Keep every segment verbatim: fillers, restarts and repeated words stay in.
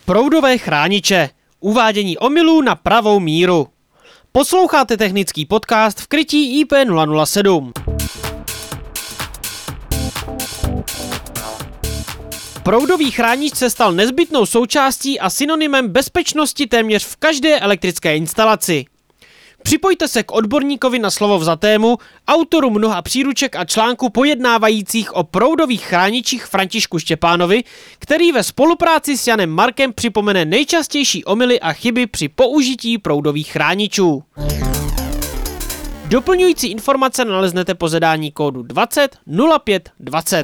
Proudové chrániče. Uvádění omylů na pravou míru. Posloucháte technický podcast v krytí I P nula nula sedm. Proudový chránič se stal nezbytnou součástí a synonymem bezpečnosti téměř v každé elektrické instalaci. Připojte se k odborníkovi na slovo vzatému, autoru mnoha příruček a článků pojednávajících o proudových chráničích Františku Štěpánovi, který ve spolupráci s Janem Markem připomene nejčastější omyly a chyby při použití proudových chráničů. Doplňující informace naleznete po zadání kódu dvacet nula pět dvacet.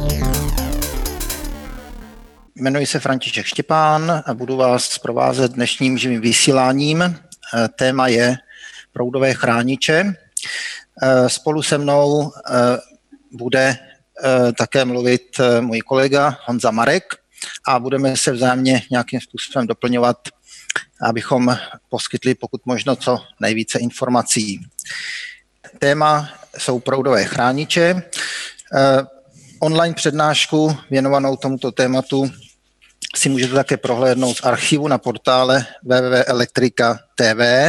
Jmenuji se František Štěpán a budu vás provázet dnešním živým vysíláním. Téma je proudové chrániče. Spolu se mnou bude také mluvit můj kolega Honza Marek a budeme se vzájemně nějakým způsobem doplňovat, abychom poskytli pokud možno co nejvíce informací. Téma jsou proudové chrániče. Online přednášku věnovanou tomuto tématu si můžete také prohlédnout z archivu na portále w w w tečka elektrika tečka t v.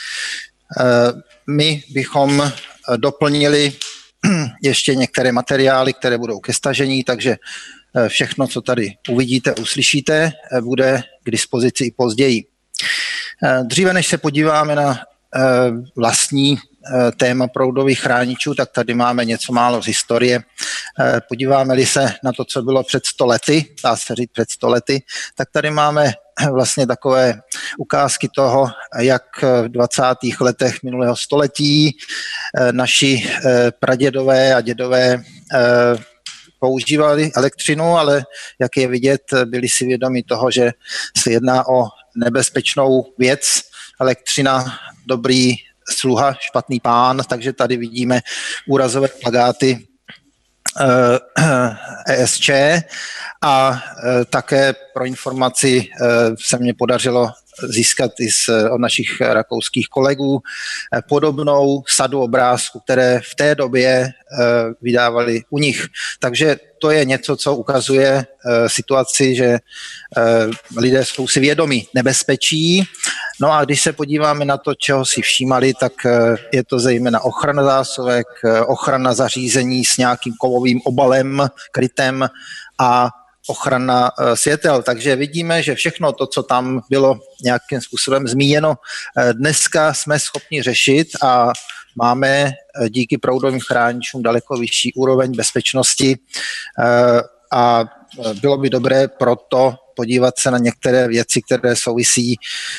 My bychom doplnili ještě některé materiály, které budou ke stažení, takže všechno, co tady uvidíte, uslyšíte, bude k dispozici i později. Dříve než se podíváme na vlastní téma proudových chráničů, tak tady máme něco málo z historie. Podíváme-li se na to, co bylo před sto lety, dá se říct před sto lety, tak tady máme vlastně takové ukázky toho, jak v dvacátých letech minulého století naši pradědové a dědové používali elektřinu, ale jak je vidět, byli si vědomi toho, že se jedná o nebezpečnou věc. Elektřina, dobrý sluha, špatný pán, takže tady vidíme úrazové plakáty E S Č a také pro informaci se mně podařilo získat i z, od našich rakouských kolegů podobnou sadu obrázků, které v té době vydávali u nich. Takže to je něco, co ukazuje situaci, že lidé jsou si vědomi nebezpečí. No a když se podíváme na to, čeho si všímali, tak je to zejména ochrana zásuvek, ochrana zařízení s nějakým kovovým obalem, krytem a ochrana světel. Takže vidíme, že všechno to, co tam bylo nějakým způsobem zmíněno, dneska jsme schopni řešit a máme díky proudovým chráničům daleko vyšší úroveň bezpečnosti a bylo by dobré proto podívat se na některé věci, které souvisí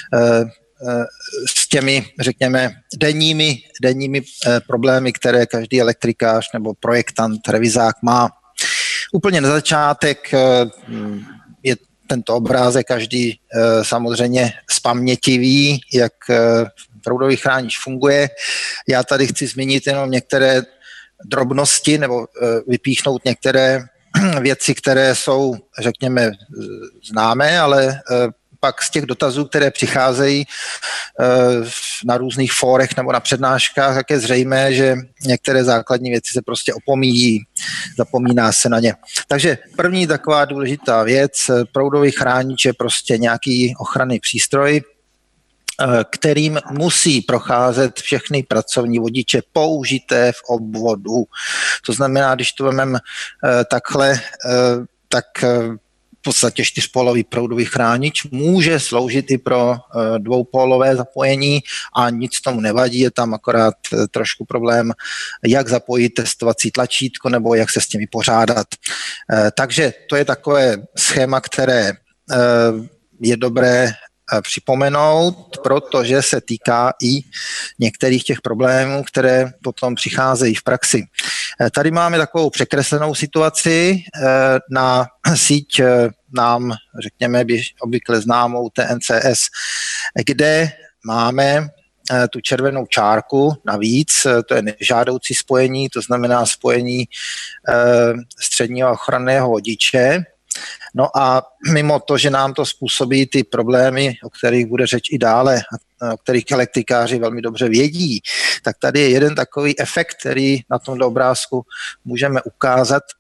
s těmi, řekněme, denními, denními problémy, které každý elektrikář nebo projektant, revizák má. Úplně na začátek je tento obrázek, každý samozřejmě z paměti ví, jak proudový chránič funguje. Já tady chci zmínit jenom některé drobnosti nebo vypíchnout některé věci, které jsou, řekněme, známé, ale pak z těch dotazů, které přicházejí na různých fórech nebo na přednáškách, tak je zřejmé, že některé základní věci se prostě opomíjí, zapomíná se na ně. Takže první taková důležitá věc, proudový chránič je prostě nějaký ochranný přístroj, kterým musí procházet všechny pracovní vodiče použité v obvodu. To znamená, když to vezmeme takhle, tak v podstatě čtyřpólový proudový chránič může sloužit i pro dvoupólové zapojení a nic tomu nevadí, je tam akorát trošku problém, jak zapojit testovací tlačítko nebo jak se s tím vypořádat. Takže to je takové schéma, které je dobré připomenout, protože se týká i některých těch problémů, které potom přicházejí v praxi. Tady máme takovou překreslenou situaci na síť nám, řekněme, obvykle známou T N C S, kde máme tu červenou čárku navíc, to je nežádoucí spojení, to znamená spojení středního ochranného vodiče. No a mimo to, že nám to způsobí ty problémy, o kterých bude řeč i dále, o kterých elektrikáři velmi dobře vědí, tak tady je jeden takový efekt, který na tomto obrázku můžeme ukázat,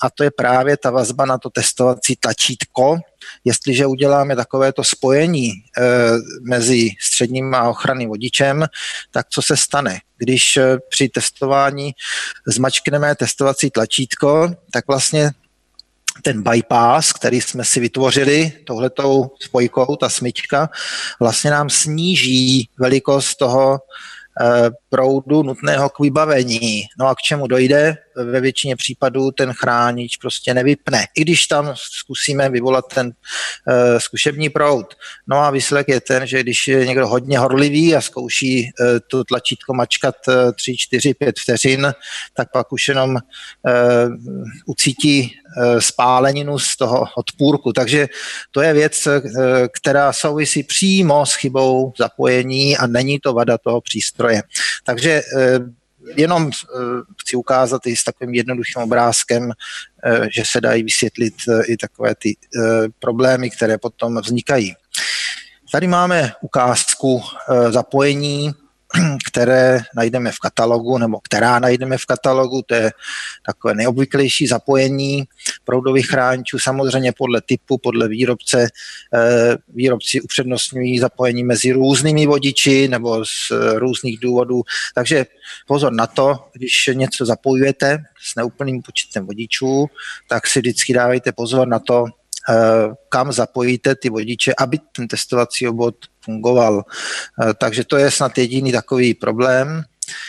a to je právě ta vazba na to testovací tlačítko. Jestliže uděláme takovéto spojení e, mezi středním a ochranným vodičem, tak co se stane? Když e, při testování zmačkneme testovací tlačítko, tak vlastně ten bypass, který jsme si vytvořili touhletou spojkou, ta smyčka, vlastně nám sníží velikost toho proudu nutného k vybavení. No a k čemu dojde? Ve většině případů ten chránič prostě nevypne. I když tam zkusíme vyvolat ten uh, zkušební proud. No a výsledek je ten, že když je někdo hodně horlivý a zkouší uh, to tlačítko mačkat uh, tři, čtyři, pět vteřin, tak pak už jenom uh, ucítí uh, spáleninu z toho odpůrku. Takže to je věc, uh, která souvisí přímo s chybou zapojení a není to vada toho přístroje. Takže uh, jenom chci ukázat i s takovým jednoduchým obrázkem, že se dají vysvětlit i takové ty problémy, které potom vznikají. Tady máme ukázku zapojení, které najdeme v katalogu, nebo která najdeme v katalogu, to je takové nejobvyklejší zapojení proudových chráničů, samozřejmě podle typu, podle výrobce. Výrobci upřednostňují zapojení mezi různými vodiči nebo z různých důvodů, takže pozor na to, když něco zapojujete s neúplným počtem vodičů, tak si vždycky dávejte pozor na to, kam zapojíte ty vodiče, aby ten testovací obvod fungoval. Takže to je snad jediný takový problém.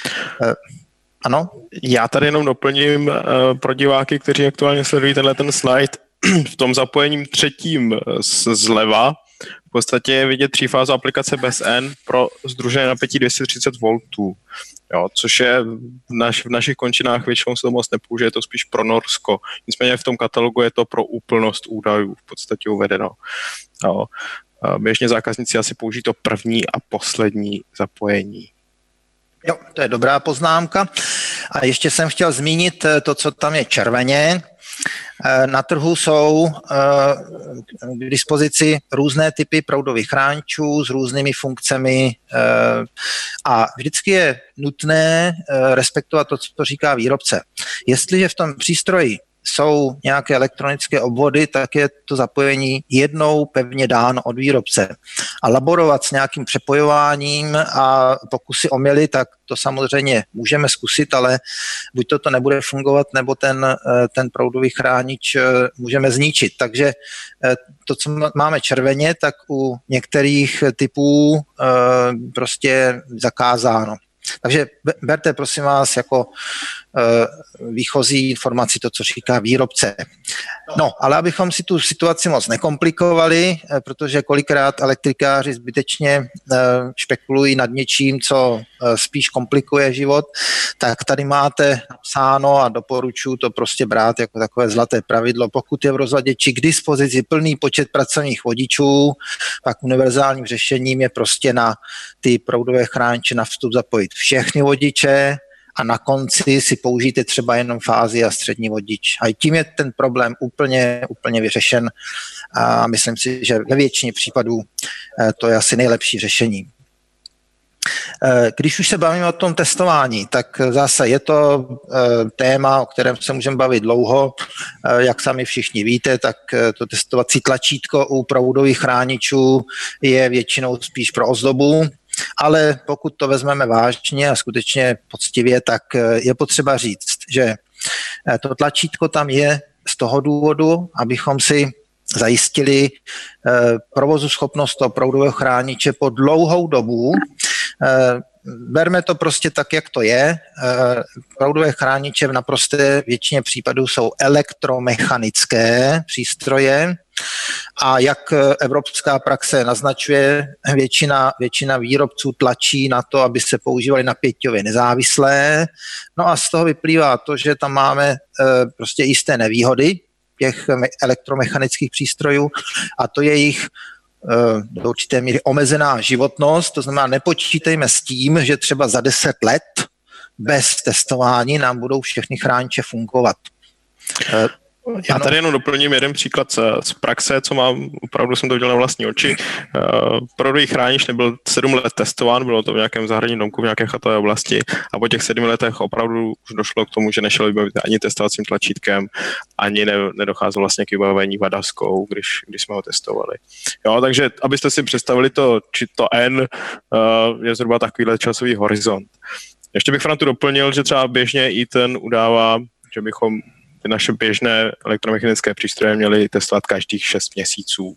Ano? Já tady jenom doplním pro diváky, kteří aktuálně sledují tenhle ten slide. V tom zapojením třetím zleva v podstatě je vidět třífázová aplikace B S N pro sdružené napětí dvě stě třicet voltů. Jo, což je v, naš, v našich končinách většinou se to moc nepoužije, je to spíš pro Norsko. Nicméně v tom katalogu je to pro úplnost údajů v podstatě uvedeno. Jo. Běžně zákazníci asi použijí to první a poslední zapojení. Jo, to je dobrá poznámka. A ještě jsem chtěl zmínit to, co tam je červeně. Na trhu jsou k dispozici různé typy proudových chráničů s různými funkcemi a vždycky je nutné respektovat to, co říká výrobce. Jestliže v tom přístroji jsou nějaké elektronické obvody, tak je to zapojení jednou pevně dáno od výrobce. A laborovat s nějakým přepojováním a pokusy omyly, tak to samozřejmě můžeme zkusit, ale buď to, to nebude fungovat, nebo ten, ten proudový chránič můžeme zničit. Takže to, co máme červeně, tak u některých typů prostě zakázáno. Takže berte, prosím vás, jako výchozí informaci to, co říká výrobce. No, ale abychom si tu situaci moc nekomplikovali, protože kolikrát elektrikáři zbytečně špekulují nad něčím, co spíš komplikuje život, tak tady máte napsáno a doporučuji to prostě brát jako takové zlaté pravidlo. Pokud je v rozvaděči k dispozici plný počet pracovních vodičů, pak univerzálním řešením je prostě na ty proudové chrániče na vstup zapojit všechny vodiče, a na konci si použijte třeba jenom fázi a střední vodič. A tím je ten problém úplně, úplně vyřešen a myslím si, že ve většině případů to je asi nejlepší řešení. Když už se bavíme o tom testování, tak zase je to téma, o kterém se můžeme bavit dlouho. Jak sami všichni víte, tak to testovací tlačítko u proudových chráničů je většinou spíš pro ozdobu, ale pokud to vezmeme vážně a skutečně poctivě, tak je potřeba říct, že to tlačítko tam je z toho důvodu, abychom si zajistili provozuschopnost toho proudového chrániče po dlouhou dobu. Berme to prostě tak, jak to je. Proudové chrániče v naprosté většině případů jsou elektromechanické přístroje a jak evropská praxe naznačuje, většina, většina výrobců tlačí na to, aby se používaly napěťově nezávislé. No a z toho vyplývá to, že tam máme prostě jisté nevýhody těch elektromechanických přístrojů a to je jejich do určité míry omezená životnost, to znamená nepočítejme s tím, že třeba za deset let bez testování nám budou všechny chrániče fungovat. Já tady jenom doplním jeden příklad z, z praxe, co mám, opravdu jsem to viděl na vlastní oči. Uh, prodej chránič nebyl sedm let testován, bylo to v nějakém zahradním domku, v nějaké chatové oblasti a po těch sedmi letech opravdu už došlo k tomu, že nešel vybavit ani testovacím tlačítkem, ani ne, nedocházelo vlastně k vybavení vadaskou, když, když jsme ho testovali. Jo, takže abyste si představili to, či to N uh, je zhruba takovýhle časový horizont. Ještě bych Frantu doplnil, že třeba běžně i ten udává, že bychom ty naše běžné elektromechanické přístroje měly testovat každých šest měsíců.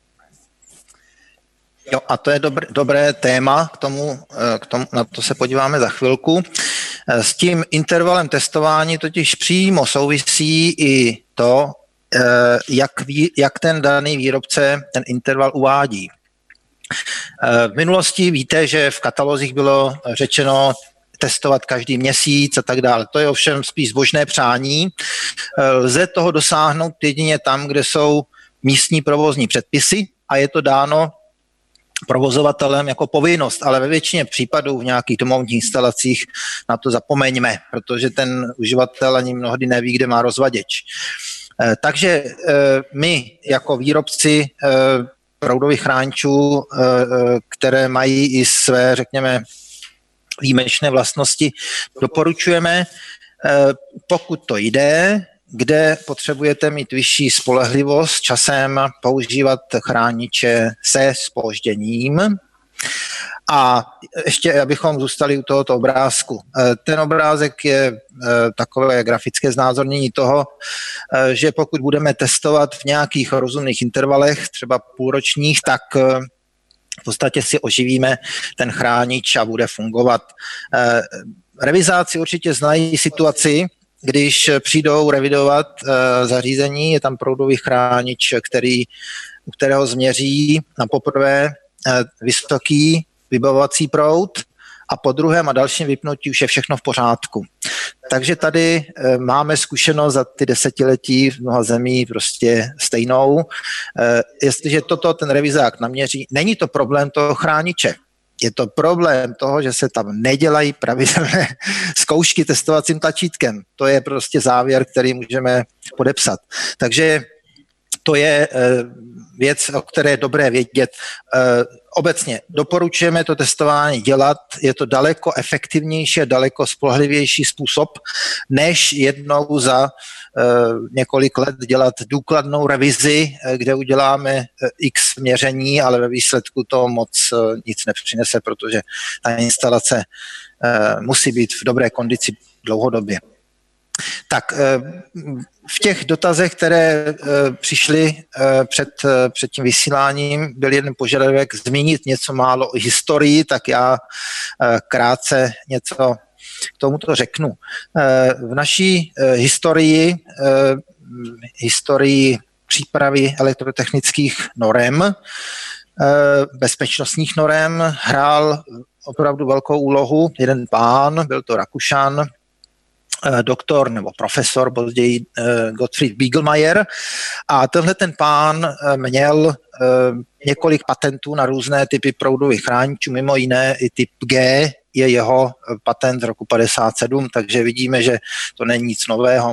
Jo, a to je dobré, dobré téma, k tomu, k tomu, na to se podíváme za chvilku. S tím intervalem testování totiž přímo souvisí i to, jak, ví, jak ten daný výrobce ten interval uvádí. V minulosti víte, že v katalozích bylo řečeno testovat každý měsíc a tak dále. To je ovšem spíš zbožné přání. Lze toho dosáhnout jedině tam, kde jsou místní provozní předpisy a je to dáno provozovatelem jako povinnost, ale ve většině případů v nějakých domovních instalacích na to zapomeňme, protože ten uživatel ani mnohdy neví, kde má rozvaděč. Takže my jako výrobci proudových chráničů, které mají i své, řekněme, výjimečné vlastnosti, doporučujeme, pokud to jde, kde potřebujete mít vyšší spolehlivost, časem používat chrániče se zpožděním. A ještě, abychom zůstali u tohoto obrázku. Ten obrázek je takové grafické znázornění toho, že pokud budeme testovat v nějakých rozumných intervalech, třeba půlročních, tak v podstatě si oživíme ten chránič a bude fungovat. Revizáci určitě znají situaci, když přijdou revidovat zařízení, je tam proudový chránič, který, u kterého změří na poprvé vysoký vybavovací proud a po druhém a dalším vypnutí už je všechno v pořádku. Takže tady máme zkušenost za ty desetiletí v mnoha zemí prostě stejnou. Jestliže toto ten revizák naměří, není to problém toho chrániče. Je to problém toho, že se tam nedělají pravidelné zkoušky testovacím tlačítkem. To je prostě závěr, který můžeme podepsat. Takže to je věc, o které je dobré vědět. Obecně doporučujeme to testování dělat, je to daleko efektivnější a daleko spolehlivější způsob, než jednou za několik let dělat důkladnou revizi, kde uděláme x měření, ale ve výsledku to moc nic nepřinese, protože ta instalace musí být v dobré kondici dlouhodobě. Tak v těch dotazech, které přišly před, před tím vysíláním, byl jeden požadavek zmínit něco málo o historii, tak já krátce něco k tomuto řeknu. V naší historii, historii přípravy elektrotechnických norem, bezpečnostních norem, hrál opravdu velkou úlohu jeden pán, byl to Rakušan, doktor nebo profesor, později Gottfried Biegelmeier. A tenhle ten pán měl několik patentů na různé typy proudových chráničů, mimo jiné i typ G je jeho patent z roku padesát sedm, takže vidíme, že to není nic nového.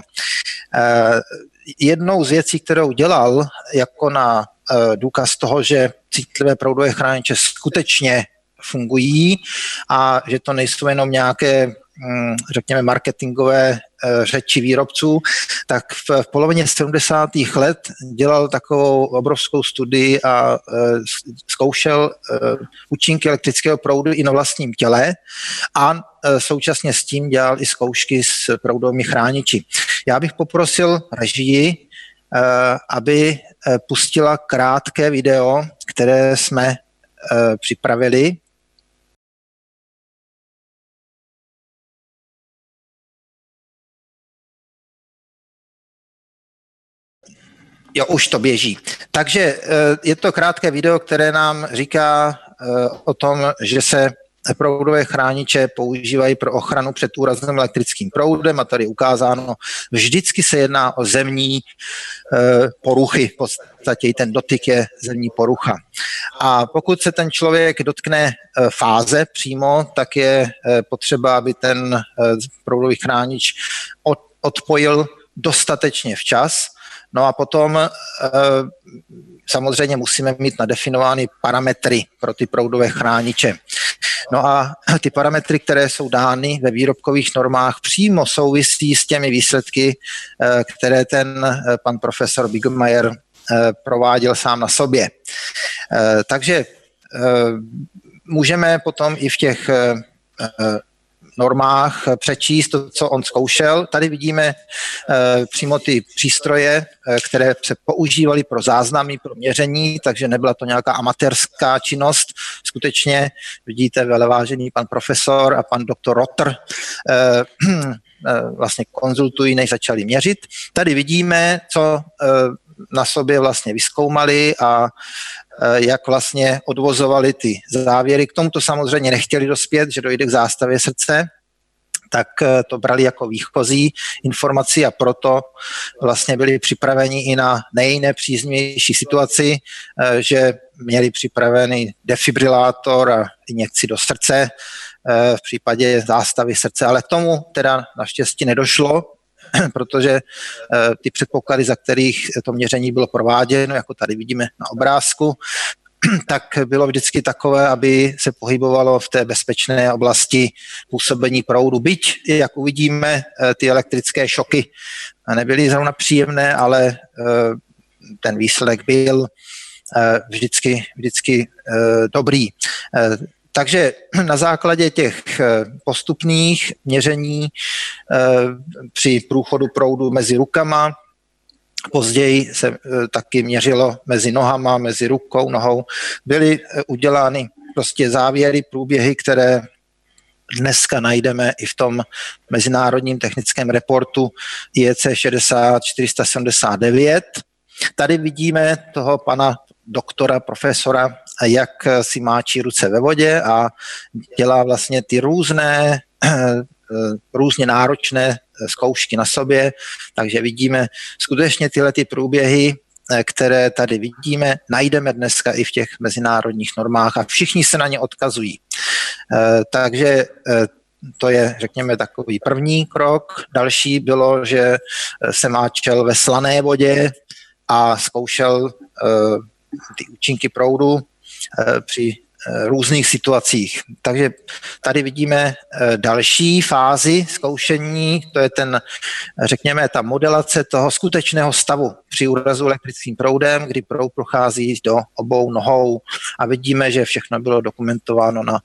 Jednou z věcí, kterou dělal jako na důkaz toho, že citlivé proudové chrániče skutečně fungují a že to nejsou jenom nějaké, řekněme, marketingové řeči výrobců, tak v polovině sedmdesátých let dělal takovou obrovskou studii a zkoušel účinky elektrického proudu i na vlastním těle a současně s tím dělal i zkoušky s proudovými chrániči. Já bych poprosil režii, aby pustila krátké video, které jsme připravili. Jo, už to běží. Takže je to krátké video, které nám říká o tom, že se proudové chrániče používají pro ochranu před úrazným elektrickým proudem a tady ukázáno, vždycky se jedná o zemní poruchy, v podstatě i ten dotyk je zemní porucha. A pokud se ten člověk dotkne fáze přímo, tak je potřeba, aby ten proudový chránič odpojil dostatečně včas No a potom samozřejmě musíme mít nadefinovány parametry pro ty proudové chrániče. No a ty parametry, které jsou dány ve výrobkových normách, přímo souvisí s těmi výsledky, které ten pan profesor Bigemeyer prováděl sám na sobě. Takže můžeme potom i v těch normách přečíst to, co on zkoušel. Tady vidíme e, přímo ty přístroje, e, které se používaly pro záznamy, pro měření, takže nebyla to nějaká amatérská činnost. Skutečně vidíte, velevážený pan profesor a pan doktor Rotter e, e, vlastně konzultují, než začali měřit. Tady vidíme, co e, na sobě vlastně vyzkoumali a jak vlastně odvozovali ty závěry. K tomuto samozřejmě nechtěli dospět, že dojde k zástavě srdce, tak to brali jako výchozí informaci a proto vlastně byli připraveni i na nejnepříznivější situaci, že měli připravený defibrilátor a injekci do srdce v případě zástavy srdce, ale k tomu teda naštěstí nedošlo, protože ty předpoklady, za kterých to měření bylo prováděno, jako tady vidíme na obrázku, tak bylo vždycky takové, aby se pohybovalo v té bezpečné oblasti působení proudu. Byť, jak uvidíme, ty elektrické šoky nebyly zrovna příjemné, ale ten výsledek byl vždycky, vždycky dobrý. Takže na základě těch postupných měření při průchodu proudu mezi rukama, později se taky měřilo mezi nohama, mezi rukou, nohou, byly udělány prostě závěry, průběhy, které dneska najdeme i v tom mezinárodním technickém reportu I E C šedesát čtyři set sedmdesát devět. Tady vidíme toho pana doktora, profesora, jak si máčí ruce ve vodě a dělá vlastně ty různé, různě náročné zkoušky na sobě, takže vidíme skutečně tyhle ty průběhy, které tady vidíme, najdeme dneska i v těch mezinárodních normách a všichni se na ně odkazují. Takže to je, řekněme, takový první krok. Další bylo, že se máčel ve slané vodě a zkoušel ty účinky proudu při různých situacích. Takže tady vidíme další fázi zkoušení, to je ten, řekněme, ta modelace toho skutečného stavu při úrazu elektrickým proudem, kdy proud prochází do obou nohou a vidíme, že všechno bylo dokumentováno na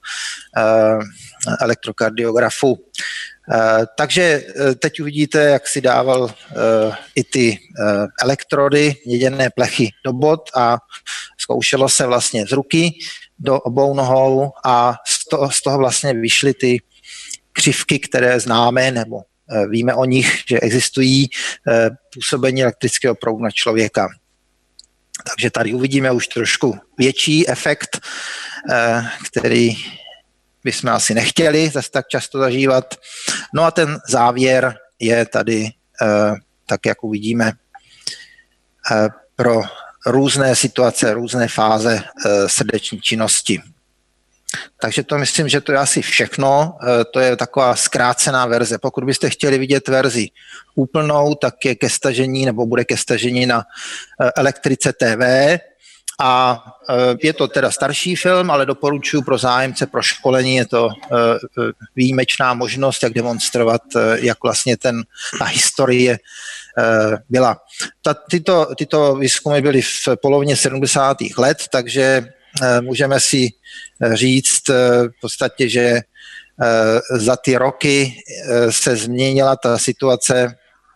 elektrokardiografu. Uh, takže uh, teď uvidíte, jak si dával uh, i ty uh, elektrody, měděné plechy do bod a zkoušelo se vlastně z ruky do obou nohou a z toho, z toho vlastně vyšly ty křivky, které známe nebo uh, víme o nich, že existují uh, působení elektrického proudu na člověka. Takže tady uvidíme už trošku větší efekt, uh, který bychom asi nechtěli zase tak často zažívat. No a ten závěr je tady, eh, tak jak uvidíme, eh, pro různé situace, různé fáze eh, srdeční činnosti. Takže to myslím, že to je asi všechno. Eh, to je taková zkrácená verze. Pokud byste chtěli vidět verzi úplnou, tak je ke stažení nebo bude ke stažení na eh, Elektrice T V. A je to teda starší film, ale doporučuji pro zájemce, pro školení, je to výjimečná možnost, jak demonstrovat, jak vlastně ten, ta historie byla. Ta, tyto, tyto výzkumy byly v polovině sedmdesátých let, takže můžeme si říct v podstatě, že za ty roky se změnila ta situace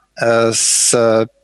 s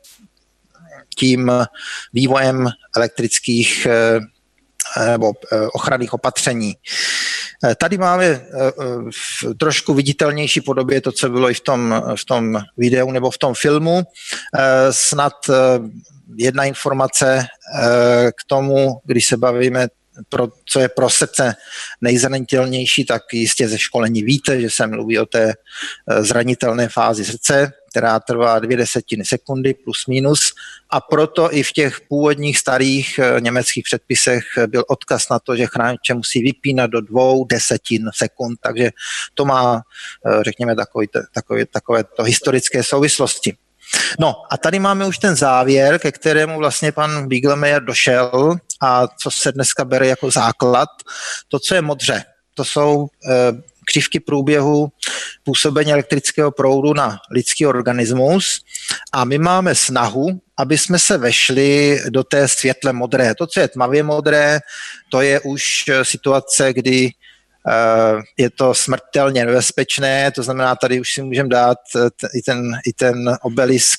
tím vývojem elektrických nebo ochranných opatření. Tady máme v trošku viditelnější podobě to, co bylo i v tom, v tom videu nebo v tom filmu. Snad jedna informace k tomu, když se bavíme, pro, co je pro srdce nejzranitelnější, tak jistě ze školení víte, že se mluví o té zranitelné fázi srdce, která trvá dvě desetiny sekundy plus minus a proto i v těch původních starých německých předpisech byl odkaz na to, že chrániče musí vypínat do dvou desetin sekund, takže to má, řekněme, takový, takový, takové to historické souvislosti. No a tady máme už ten závěr, ke kterému vlastně pan Biegelmeier došel a co se dneska bere jako základ. To, co je modře, to jsou e, křivky průběhu působení elektrického proudu na lidský organismus a my máme snahu, aby jsme se vešli do té světle modré. To, co je tmavě modré, to je už situace, kdy je to smrtelně nebezpečné, to znamená, tady už si můžeme dát i ten, i ten obelisk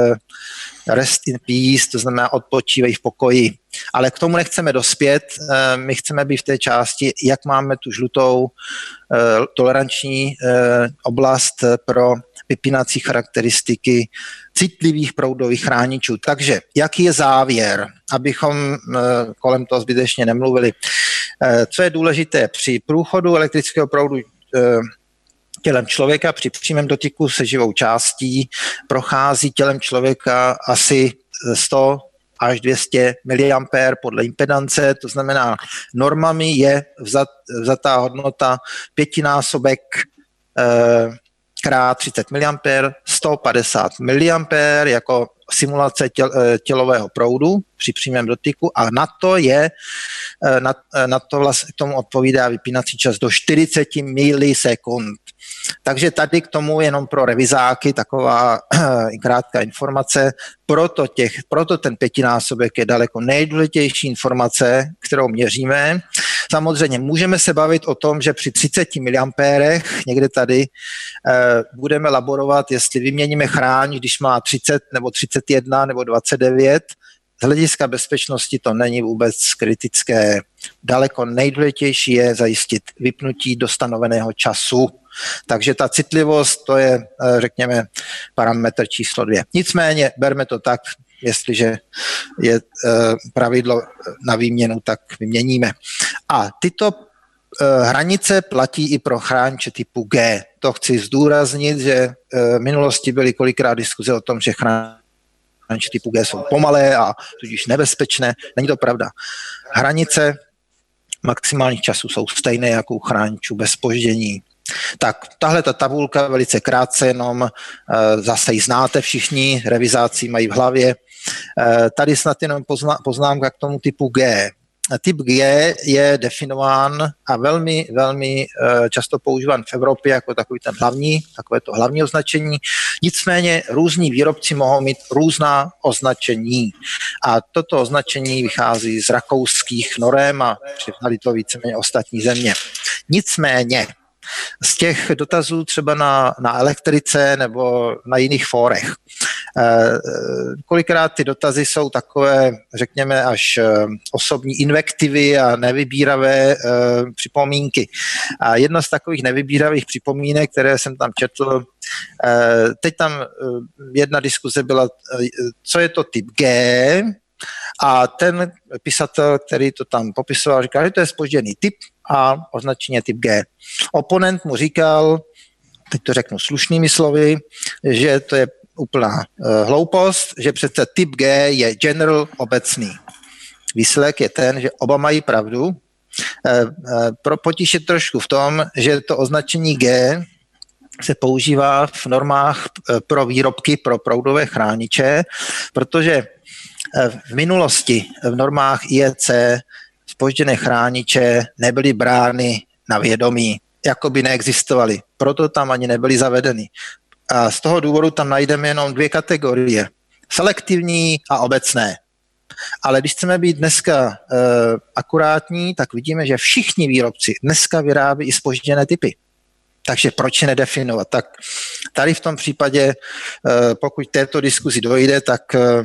rest in peace, to znamená odpočívej v pokoji. Ale k tomu nechceme dospět, my chceme být v té části, jak máme tu žlutou toleranční oblast pro vypínací charakteristiky citlivých proudových chráničů. Takže jaký je závěr, abychom kolem toho zbytečně nemluvili? Co je důležité, při průchodu elektrického proudu tělem člověka, při přímém dotyku se živou částí prochází tělem člověka asi sto až dvě stě miliampérů podle impedance, to znamená normami je vzat, vzatá hodnota pětinásobek eh, krát třicet miliampérů, sto padesát miliampérů jako simulace těl, tělového proudu při přímém dotyku a na to je, na, na to vlastně k tomu odpovídá vypínací čas do čtyřicet milisekund. Takže tady k tomu jenom pro revizáky taková krátká informace, proto, těch, proto ten pětinásobek je daleko nejdůležitější informace, kterou měříme. Samozřejmě můžeme se bavit o tom, že při třiceti miliampérech někde tady eh, budeme laborovat, jestli vyměníme chráň, když má třicet nebo třicet jedna nebo dvacet devět. Z hlediska bezpečnosti to není vůbec kritické. Daleko nejdůležitější je zajistit vypnutí do stanoveného času. Takže ta citlivost, to je, řekněme, parametr číslo dvě. Nicméně, berme to tak, jestliže je pravidlo na výměnu, tak vyměníme. A tyto hranice platí i pro chrániče typu G. To chci zdůraznit, že v minulosti byly kolikrát diskuze o tom, že chrániče typu G jsou pomalé a tudíž nebezpečné. Není to pravda. Hranice maximálních časů jsou stejné jako u chráničů bez zpoždění. Tak tahle ta tabulka velice krátce, jenom zase ji znáte všichni, revizáci mají v hlavě. Tady snad jenom poznámka k tomu typu G. Typ G je definován a velmi, velmi často používán v Evropě jako takový ten hlavní, takové to hlavní označení. Nicméně různí výrobci mohou mít různá označení. A toto označení vychází z rakouských norem a přivnali to víceméně ostatní země. Nicméně z těch dotazů třeba na, na elektrice nebo na jiných fórech. E, kolikrát ty dotazy jsou takové, řekněme, až osobní invektivy a nevybíravé e, připomínky. A jedna z takových nevybíravých připomínek, které jsem tam četl, e, teď tam jedna diskuze byla, co je to typ G, a ten pisatel, který to tam popisoval, říkal, že to je zpožděný typ a označení typ G. Oponent mu říkal, teď to řeknu slušnými slovy, že to je úplná uh, hloupost, že přece typ G je general obecný. Výsledek je ten, že oba mají pravdu. Uh, uh, pro potíž je trošku v tom, že to označení G se používá v normách uh, pro výrobky, pro proudové chrániče, protože v minulosti v normách I E C zpožděné chrániče nebyly brány na vědomí, jako by neexistovaly. Proto tam ani nebyly zavedeny. A z toho důvodu tam najdeme jenom dvě kategorie. Selektivní a obecné. Ale když chceme být dneska e, akurátní, tak vidíme, že všichni výrobci dneska vyrábí i zpožděné typy. Takže proč je nedefinovat? Tak tady v tom případě, e, pokud této diskuzi dojde, tak e,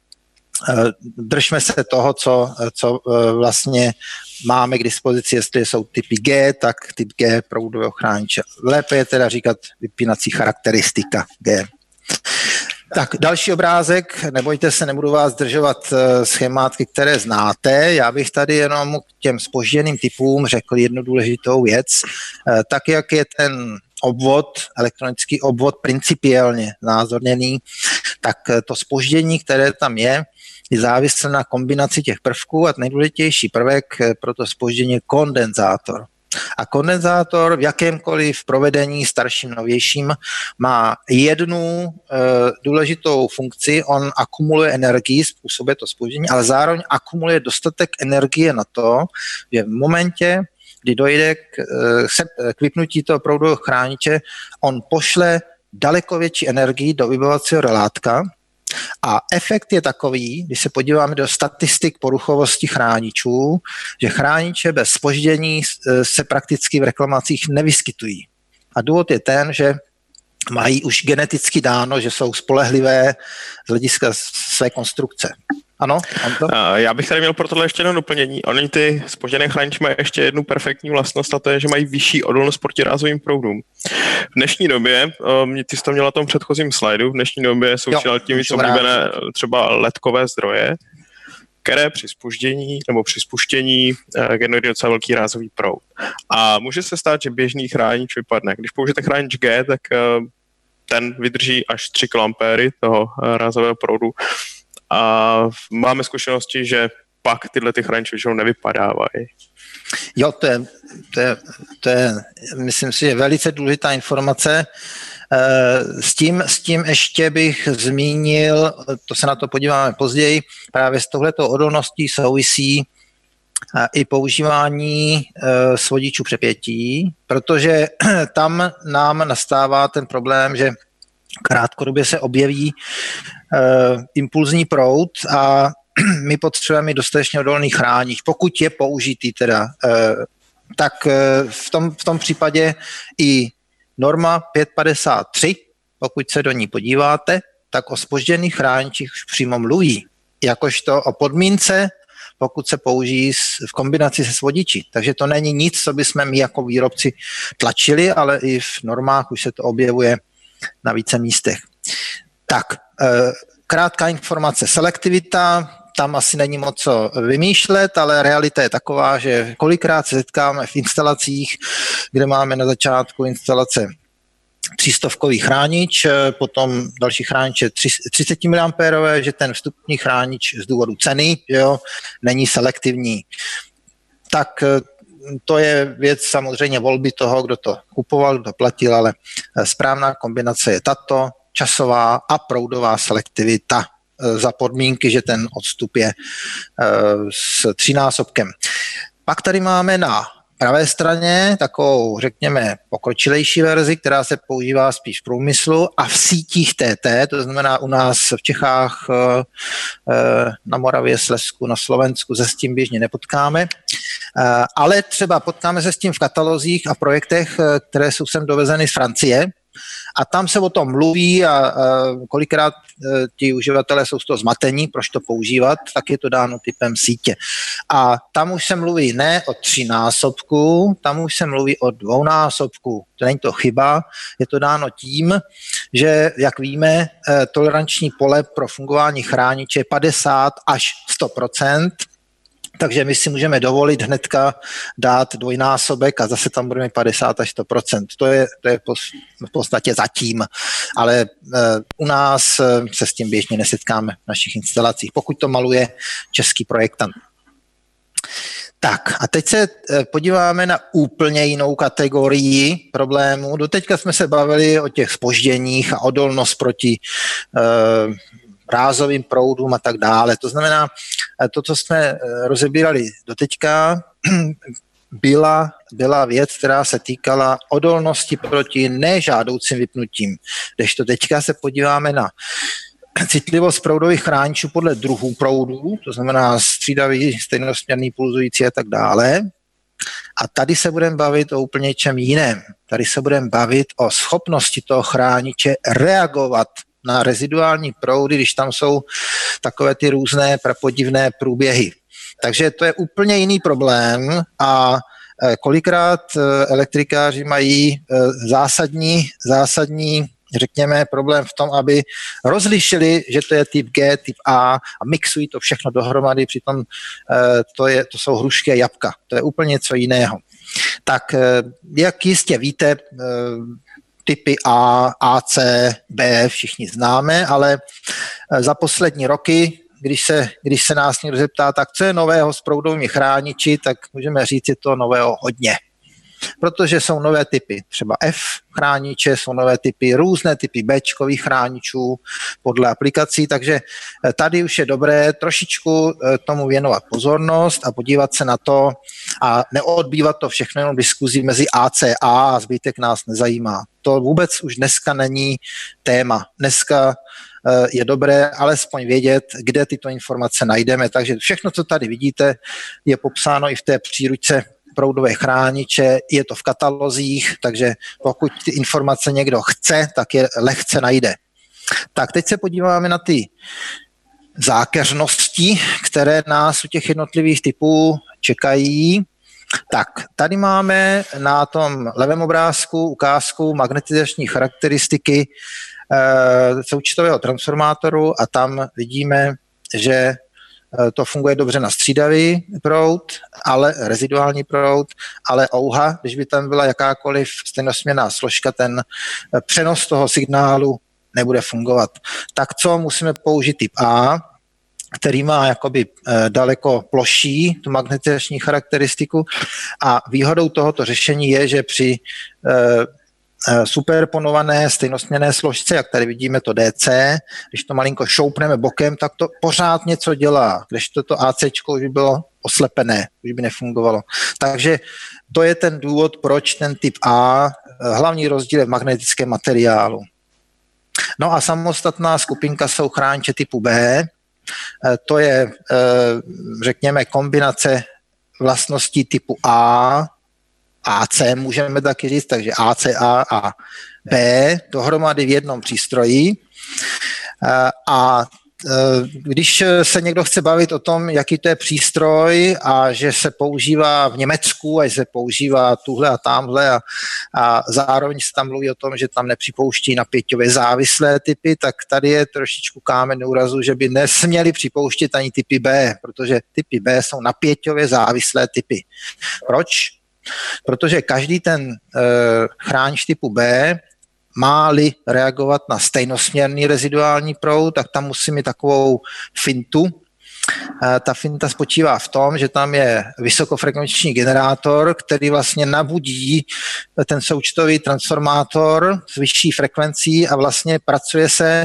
držme se toho, co, co vlastně máme k dispozici, jestli jsou typy G, tak typ G proudového chrániče. Lépe je teda říkat vypínací charakteristika G. Tak další obrázek, nebojte se, nebudu vás zdržovat schémátky, které znáte. Já bych tady jenom k těm zpožděným typům řekl jednu důležitou věc. Tak, jak je ten obvod, elektronický obvod principiálně znázorněný, tak to zpoždění, které tam je, je závislé na kombinaci těch prvků a nejdůležitější prvek pro to zpoždění je kondenzátor. A kondenzátor v jakémkoliv provedení starším, novějším má jednu e, důležitou funkci, on akumuluje energii, způsobuje to zpoždění, ale zároveň akumuluje dostatek energie na to, že v momentě, kdy dojde k, k vypnutí toho proudového chrániče, on pošle daleko větší energii do vybavovacího relátka a efekt je takový, když se podíváme do statistik poruchovosti chráničů, že chrániče bez zpoždění se prakticky v reklamacích nevyskytují. A důvod je ten, že mají už geneticky dáno, že jsou spolehlivé z hlediska své konstrukce. Ano, Anto? Já bych tady měl pro tohle ještě jedno doplnění. Oni ty zpožděné chrániče mají ještě jednu perfektní vlastnost a to je, že mají vyšší odolnost proti rázovým proudům. V dnešní době, ty jsi to měl na tom předchozím slajdu, v dnešní době jsou čím tím víc oblíbené třeba ledkové zdroje, které při spuštění nebo při spuštění generují docela velký rázový proud. A může se stát, že běžný chránič vypadne. Když použijete chránič G, tak ten vydrží až tři kiloampéry toho rázového proudu. A máme zkušenosti, že pak tyhle ty chrániče většinou nevypadávají. Jo, to je, to, je, to je, myslím si, že velice důležitá informace. S tím, s tím ještě bych zmínil, to se na to podíváme později, právě s touhletou odolností souvisí i používání svodičů přepětí, protože tam nám nastává ten problém, že krátkodobě se objeví uh, impulzní proud a my potřebujeme mít dostatečně odolný chránič. Pokud je použitý teda, uh, tak uh, v, tom, v tom případě i norma pět padesát tři, pokud se do ní podíváte, tak o zpožděných chráničích přímo mluví, jakožto o podmínce, pokud se použijí v kombinaci se svodiči. Takže to není nic, co bychom my jako výrobci tlačili, ale i v normách už se to objevuje na více místech. Tak, krátká informace. Selektivita, tam asi není moc co vymýšlet, ale realita je taková, že kolikrát se setkáme v instalacích, kde máme na začátku instalace třístovkový chránič, potom další chránič je třicet miliampérové, že ten vstupní chránič z důvodu ceny, že jo, není selektivní. Tak to je věc samozřejmě volby toho, kdo to kupoval, kdo to platil, ale správná kombinace je tato, časová a proudová selektivita za podmínky, že ten odstup je s třínásobkem. Pak tady máme na pravé straně takovou, řekněme, pokročilejší verzi, která se používá spíš v průmyslu a v sítích T T, to znamená u nás v Čechách, na Moravě, Slezsku, na Slovensku se s tím běžně nepotkáme, ale třeba potkáme se s tím v katalozích a projektech, které jsou sem dovezeny z Francie, a tam se o tom mluví a, a kolikrát e, ti uživatelé jsou z toho zmatení, proč to používat, tak je to dáno typem sítě. A tam už se mluví ne o třínásobku, tam už se mluví o dvounásobku. To není to chyba, je to dáno tím, že, jak víme, e, toleranční pole pro fungování chrániče je padesát až sto procent, takže my si můžeme dovolit hnedka dát dvojnásobek a zase tam budeme padesát až sto procent. To je, to je v podstatě zatím, ale e, u nás se s tím běžně nesetkáme v našich instalacích, pokud to maluje český projektant. Tak a teď se podíváme na úplně jinou kategorii problémů. Doteďka jsme se bavili o těch zpožděních a odolnost proti e, rázovým proudům a tak dále. To znamená, to, co jsme rozebírali doteďka, byla, byla věc, která se týkala odolnosti proti nežádoucím vypnutím. Kdežto teďka se podíváme na citlivost proudových chráničů podle druhů proudů, to znamená střídavý, stejnosměrný, pulzující a tak dále. A tady se budeme bavit o úplně něčem jiném. Tady se budeme bavit o schopnosti toho chrániče reagovat na reziduální proudy, když tam jsou takové ty různé prapodivné průběhy. Takže to je úplně jiný problém a kolikrát elektrikáři mají zásadní, zásadní, řekněme, problém v tom, aby rozlišili, že to je typ G, typ A a mixují to všechno dohromady, přitom to, je, to jsou hrušky a jabka. To je úplně něco jiného. Tak jak jistě víte, typy A, A C, B všichni známe, ale za poslední roky, když se, když se nás někdo zeptá, tak co je nového s proudovými chrániči, tak můžeme říct, je to nového hodně. protože jsou nové typy, třeba F chrániče, jsou nové typy, různé typy Bčkových chráničů podle aplikací, takže tady už je dobré trošičku tomu věnovat pozornost a podívat se na to a neodbývat to všechno jenom diskuzí mezi A C A a zbytek nás nezajímá. To vůbec už dneska není téma. Dneska je dobré alespoň vědět, kde tyto informace najdeme. Takže všechno, co tady vidíte, je popsáno i v té příručce proudové chrániče, je to v katalozích, takže pokud ty informace někdo chce, tak je lehce najde. Tak teď se podíváme na ty zákeřnosti, které nás u těch jednotlivých typů čekají. Tak, tady máme na tom levém obrázku ukázku magnetizační charakteristiky e, součitového transformátoru a tam vidíme, že e, to funguje dobře na střídavý proud, ale reziduální proud, ale ouha, když by tam byla jakákoliv stejnosměrná složka, ten e, přenos toho signálu nebude fungovat. Tak co musíme použít typ A, který má jakoby daleko ploší tu magnetizační charakteristiku a výhodou tohoto řešení je, že při superponované stejnosměrné složce, jak tady vidíme to D C, když to malinko šoupneme bokem, tak to pořád něco dělá, když toto ACčko už by bylo oslepené, už by nefungovalo. Takže to je ten důvod, proč ten typ A, hlavní rozdíl je v magnetickém materiálu. No a samostatná skupinka jsou chrániče typu B. To je, řekněme, kombinace vlastností typu A, A C můžeme taky říct, takže A C A a B dohromady v jednom přístroji. A když se někdo chce bavit o tom, jaký to je přístroj a že se používá v Německu a že se používá tuhle a tamhle a, a zároveň se tam mluví o tom, že tam nepřipouští napěťově závislé typy, tak tady je trošičku kámen úrazu, že by nesměli připouštět ani typy B, protože typy B jsou napěťově závislé typy. Proč? Protože každý ten e, chránič typu B má-li reagovat na stejnosměrný reziduální proud, tak tam musí mít takovou fintu. Ta finta spočívá v tom, že tam je vysokofrekvenční generátor, který vlastně nabudí ten součtový transformátor s vyšší frekvencí a vlastně pracuje se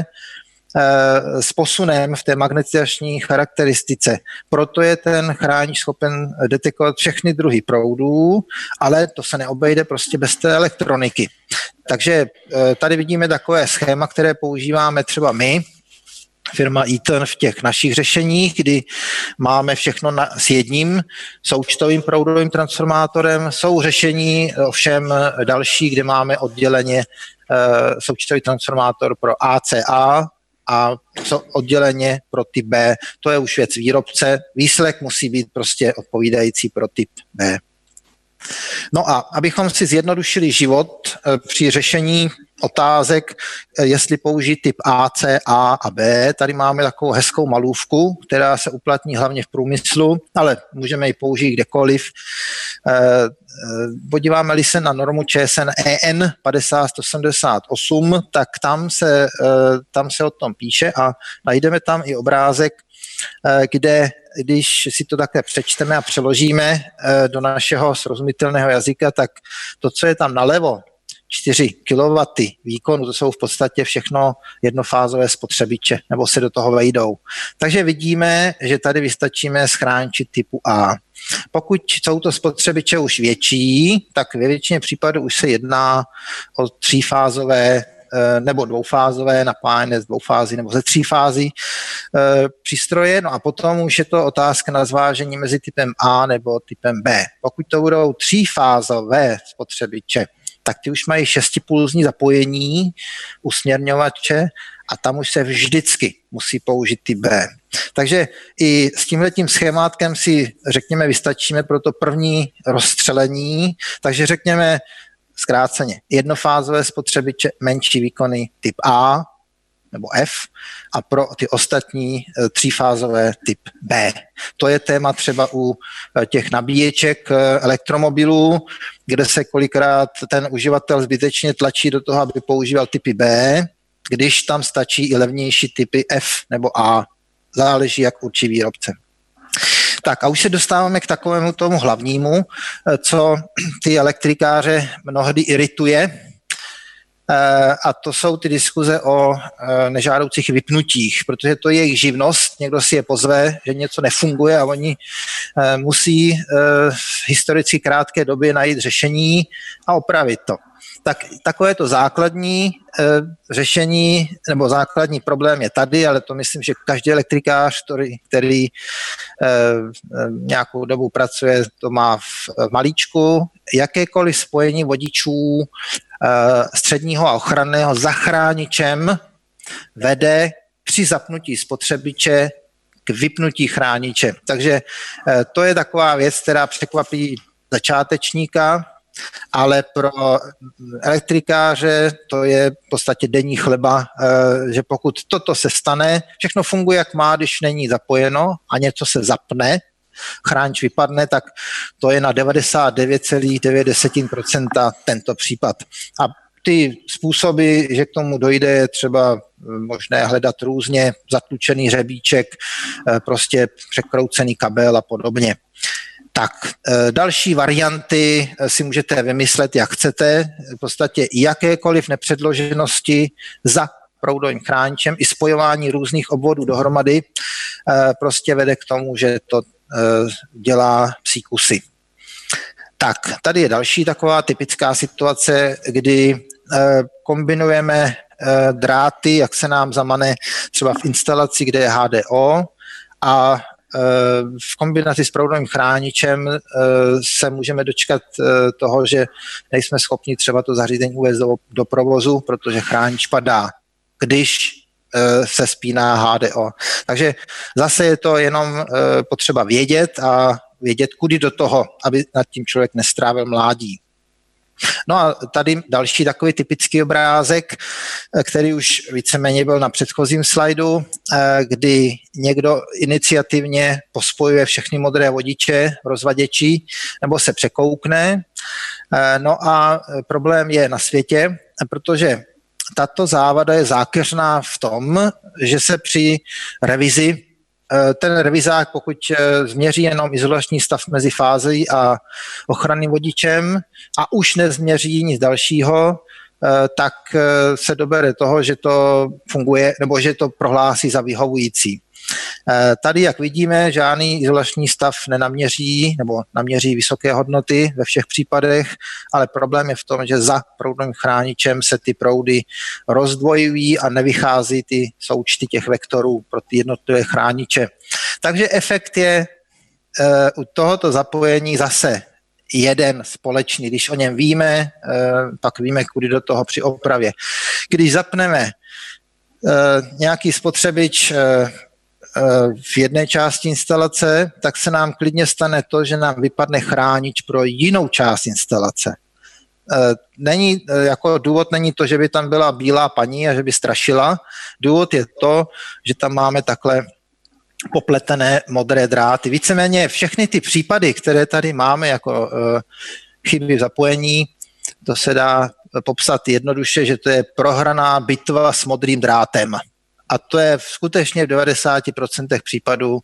s posunem v té magnetizační charakteristice. Proto je ten chránič schopen detekovat všechny druhy proudů, ale to se neobejde prostě bez té elektroniky. Takže tady vidíme takové schéma, které používáme třeba my, firma Eaton v těch našich řešeních, kdy máme všechno na, s jedním součtovým proudovým transformátorem. Jsou řešení ovšem další, kde máme odděleně uh, součtový transformátor pro A C A a odděleně pro typ B. To je už věc výrobce. Výsledek musí být prostě odpovídající pro typ B. No a abychom si zjednodušili život při řešení otázek, jestli použít typ A, C, A a B, tady máme takovou hezkou malůvku, která se uplatní hlavně v průmyslu, ale můžeme ji použít kdekoliv. Podíváme-li se na normu Č S N E N padesát sto sedmdesát osm, tak tam se, tam se o tom píše a najdeme tam i obrázek, kde když si to takhle přečteme a přeložíme do našeho srozumitelného jazyka, tak to, co je tam nalevo, čtyři kilowatty výkonu, to jsou v podstatě všechno jednofázové spotřebiče, nebo se do toho vejdou. Takže vidíme, že tady vystačíme s chrániči typu A. Pokud jsou to spotřebiče už větší, tak ve většině případů už se jedná o třífázové nebo dvoufázové napájené z dvoufází nebo ze tří fází e, přístroje. No a potom už je to otázka na zvážení mezi typem A nebo typem B. Pokud to budou třífázové spotřebiče, tak ty už mají šestipulzní zapojení usměrňovače a tam už se vždycky musí použít typ B. Takže i s tímhletím schémátkem si, řekněme, vystačíme pro to první rozstřelení, takže řekněme zkráceně jednofázové spotřebiče, menší výkony typ A nebo F a pro ty ostatní třífázové typ B. To je téma třeba u těch nabíječek elektromobilů, kde se kolikrát ten uživatel zbytečně tlačí do toho, aby používal typy B, když tam stačí i levnější typy F nebo A. Záleží, jak určí výrobce. Tak a už se dostáváme k takovému tomu hlavnímu, co ty elektrikáře mnohdy irituje, a to jsou ty diskuze o nežádoucích vypnutích, protože to je jejich živnost, někdo si je pozve, že něco nefunguje a oni musí v historicky krátké době najít řešení a opravit to. Tak takové to základní e, řešení nebo základní problém je tady, ale to myslím, že každý elektrikář, který, který e, nějakou dobu pracuje, to má v, v malíčku. Jakékoliv spojení vodičů e, středního a ochranného zachráničem vede při zapnutí spotřebiče k vypnutí chrániče. Takže e, to je taková věc, která překvapí začátečníka, ale pro elektrikáře to je v podstatě denní chleba, že pokud toto se stane, všechno funguje jak má, když není zapojeno a něco se zapne, chránič vypadne, tak to je na devadesát devět celá devět procenta tento případ. A ty způsoby, že k tomu dojde, je třeba možné hledat různě, zatlučený řebíček, prostě překroucený kabel a podobně. Tak, další varianty si můžete vymyslet, jak chcete. V podstatě jakékoliv nepředloženosti za proudovým chráničem i spojování různých obvodů dohromady prostě vede k tomu, že to dělá psí kusy. Tak, tady je další taková typická situace, kdy kombinujeme dráty, jak se nám zamane třeba v instalaci, kde je H D O, a v kombinaci s proudovým chráničem se můžeme dočkat toho, že nejsme schopni třeba to zařízení uvést do, do provozu, protože chránič padá, když se spíná H D O. Takže zase je to jenom potřeba vědět a vědět, kudy do toho, aby nad tím člověk nestrávil mládí. No a tady další takový typický obrázek, který už víceméně byl na předchozím slajdu, kdy někdo iniciativně pospojuje všechny modré vodiče v rozvaděči nebo se překoukne. No a problém je na světě, protože tato závada je zákeřná v tom, že se při revizi ten revizák, pokud změří jenom izolační stav mezi fází a ochranným vodičem a už nezměří nic dalšího, tak se dobere toho, že to funguje nebo že to prohlásí za vyhovující. Tady, jak vidíme, žádný izolační stav nenaměří nebo naměří vysoké hodnoty ve všech případech, ale problém je v tom, že za proudovým chráničem se ty proudy rozdvojují a nevychází ty součty těch vektorů pro ty jednotlivé chrániče. Takže efekt je u tohoto zapojení zase jeden společný. Když o něm víme, pak víme, kudy do toho při opravě. Když zapneme nějaký spotřebič v jedné části instalace, tak se nám klidně stane to, že nám vypadne chránič pro jinou část instalace. Není, jako důvod není to, že by tam byla bílá paní a že by strašila. Důvod je to, že tam máme takhle popletené modré dráty. Víceméně všechny ty případy, které tady máme jako chyby v zapojení, to se dá popsat jednoduše, že to je prohraná bitva s modrým drátem. A to je skutečně v devadesát procent případů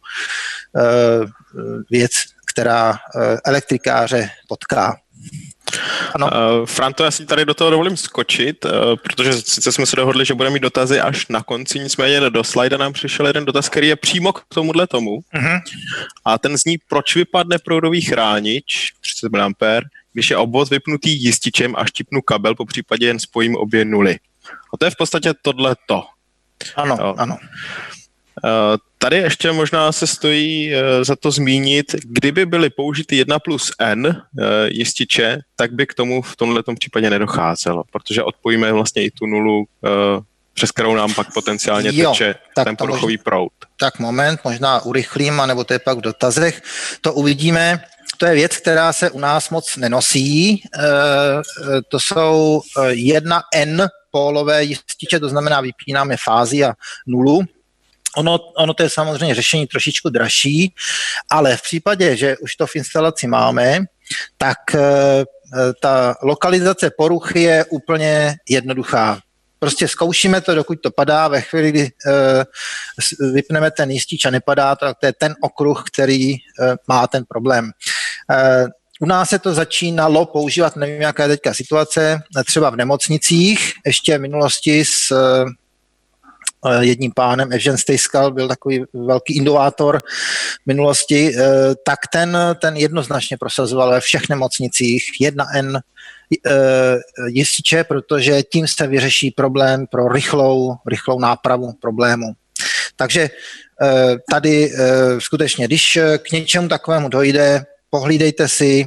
věc, která elektrikáře potká. Ano. Uh, Franto, já si tady do toho dovolím skočit, uh, protože sice jsme se dohodli, že budeme mít dotazy až na konci, nicméně do slajda nám přišel jeden dotaz, který je přímo k tomuhle tomu. Uh-huh. A ten zní, proč vypadne proudový chránič, třicet miliampérů, když je obvod vypnutý jističem a štipnu kabel, po případě jen spojím obě nuly. A to je v podstatě tohleto. Ano, jo. ano. Uh, tady ještě možná se stojí uh, za to zmínit, kdyby byly použity jedna plus n uh, jističe, tak by k tomu v tomhletom případě nedocházelo, protože odpojíme vlastně i tu nulu, uh, přes kterou nám pak potenciálně jo, teče ten poruchový proud. Tak moment, možná urychlím, anebo to je pak v dotazech. To uvidíme. To je věc, která se u nás moc nenosí. Uh, to jsou jedna n pólové jističe, to znamená vypínáme fázi a nulu. Ono, ono to je samozřejmě řešení trošičku dražší, ale v případě, že už to v instalaci máme, tak e, ta lokalizace poruchy je úplně jednoduchá. prostě zkoušíme to, dokud to padá, ve chvíli, kdy uh, vypneme ten jistič a nepadá, tak to je ten okruh, který uh, má ten problém. Uh, U nás se to začínalo používat, nevím, jaká je teďka situace, třeba v nemocnicích, ještě v minulosti s jedním pánem, Evžen Stejskal, byl takový velký inovátor v minulosti, tak ten, ten jednoznačně prosazoval ve všech nemocnicích jedna N jističe, protože tím se vyřeší problém pro rychlou, rychlou nápravu problému. Takže tady skutečně, když k něčemu takovému dojde, pohlídejte si,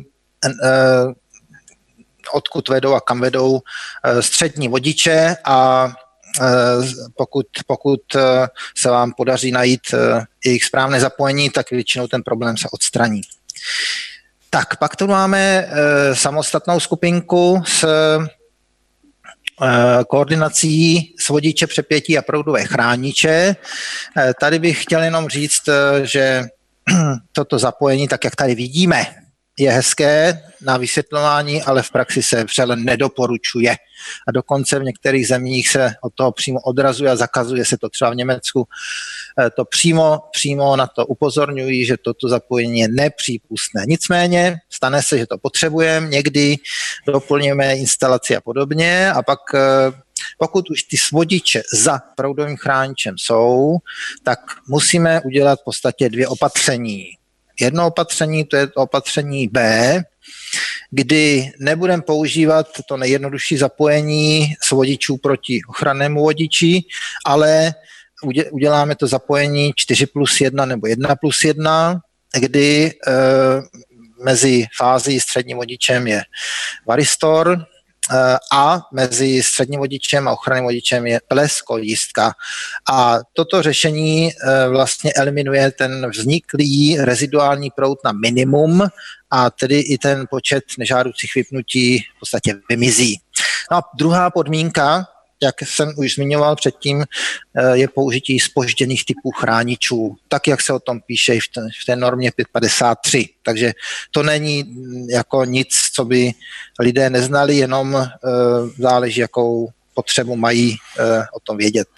odkud vedou a kam vedou střední vodiče a pokud, pokud se vám podaří najít jejich správné zapojení, tak většinou ten problém se odstraní. Tak, pak tu máme samostatnou skupinku s koordinací s vodiče přepětí a proudové chrániče. Tady bych chtěl jenom říct, že toto zapojení, tak jak tady vidíme, je hezké na vysvětlování, ale v praxi se vřele nedoporučuje. A dokonce v některých zemích se od toho přímo odrazuje a zakazuje se to. Třeba v Německu to přímo, přímo na to upozorňují, že toto zapojení je nepřípustné. Nicméně stane se, že to potřebujeme, někdy doplňujeme instalaci a podobně a pak pokud už ty svodiče za proudovým chráničem jsou, tak musíme udělat v podstatě dvě opatření. Jedno opatření, to je to opatření B, kdy nebudeme používat to nejjednodušší zapojení svodičů proti ochrannému vodiči, ale uděláme to zapojení čtyři plus jedna nebo jedna plus jedna, kdy e, mezi fází středním vodičem je varistor, a mezi středním vodičem a ochranným vodičem je pleskojistka. A toto řešení vlastně eliminuje ten vzniklý reziduální proud na minimum a tedy i ten počet nežádoucích vypnutí v podstatě vymizí. No a druhá podmínka, jak jsem už zmiňoval předtím, je použití zpožděných typů chráničů, tak jak se o tom píše v té, v té normě pět padesát tři. Takže to není jako nic, co by lidé neznali, jenom uh, záleží, jakou potřebu mají uh, o tom vědět.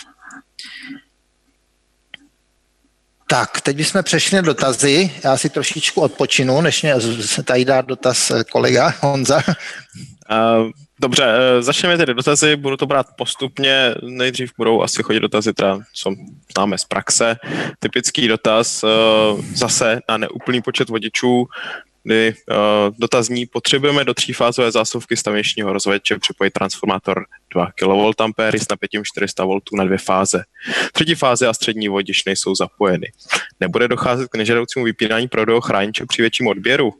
Tak, teď bychom přešli na dotazy. Já si trošičku odpočinu, než mě tady dá dotaz kolega Honza. Uh... Dobře, začneme tedy dotazy, budu to brát postupně, nejdřív budou asi chodit dotazy, teda, co známe z praxe. Typický dotaz zase na neúplný počet vodičů, kdy dotazní potřebujeme do třífázové zásuvky staveničního rozvaděče připojit transformátor dva kilovoltampéry s napětím čtyři sta voltů na dvě fáze. Třetí fáze a střední vodič nejsou zapojeny. Nebude docházet k nežadoucímu vypínání proudového chrániče při větším odběru?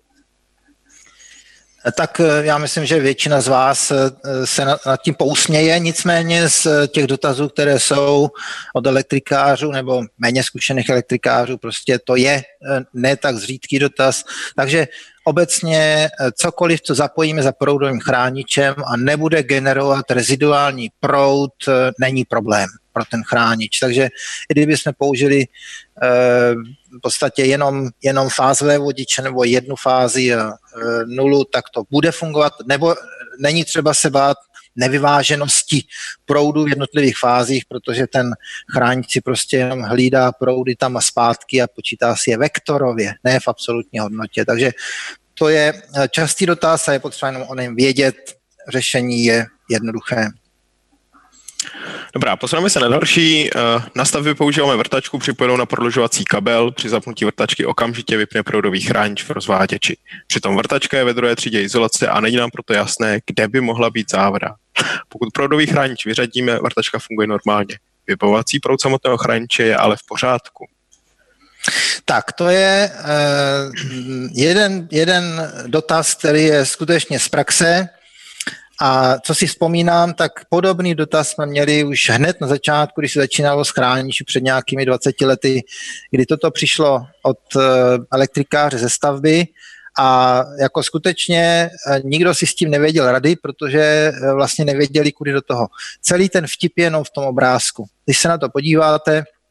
Tak já myslím, že většina z vás se nad tím pousměje, nicméně z těch dotazů, které jsou od elektrikářů nebo méně zkušených elektrikářů, prostě to je ne tak zřídký dotaz, takže obecně cokoliv, co zapojíme za proudovým chráničem a nebude generovat reziduální proud, není problém pro ten chránič. Takže i kdybychom použili v podstatě jenom, jenom fázové vodiče nebo jednu fázi a nulu, tak to bude fungovat, nebo není třeba se bát nevyváženosti proudu v jednotlivých fázích, protože ten chránič si prostě jenom hlídá proudy tam a zpátky a počítá si je vektorově, ne v absolutní hodnotě. Takže to je častý dotaz a je potřeba jenom o něm vědět. Řešení je jednoduché. Dobrá, posuneme se na další. Na stavbě používáme vrtačku připojenou na prodlužovací kabel. Při zapnutí vrtačky okamžitě vypne proudový chránič v rozváděči. Přitom vrtačka je ve druhé třídě izolace a není nám proto jasné, kde by mohla být závada. Pokud proudový chránič vyřadíme, vrtačka funguje normálně. Vypavovací proud samotného chrániče je ale v pořádku. Tak, to je uh, jeden, jeden dotaz, který je skutečně z praxe. A co si vzpomínám, tak podobný dotaz jsme měli už hned na začátku, když se začínalo s chrániči před nějakými dvaceti lety, kdy toto přišlo od elektrikáře ze stavby a jako skutečně nikdo si s tím nevěděl rady, protože vlastně nevěděli, kudy do toho. Celý ten vtip je jenom v tom obrázku. Když se na to podíváte,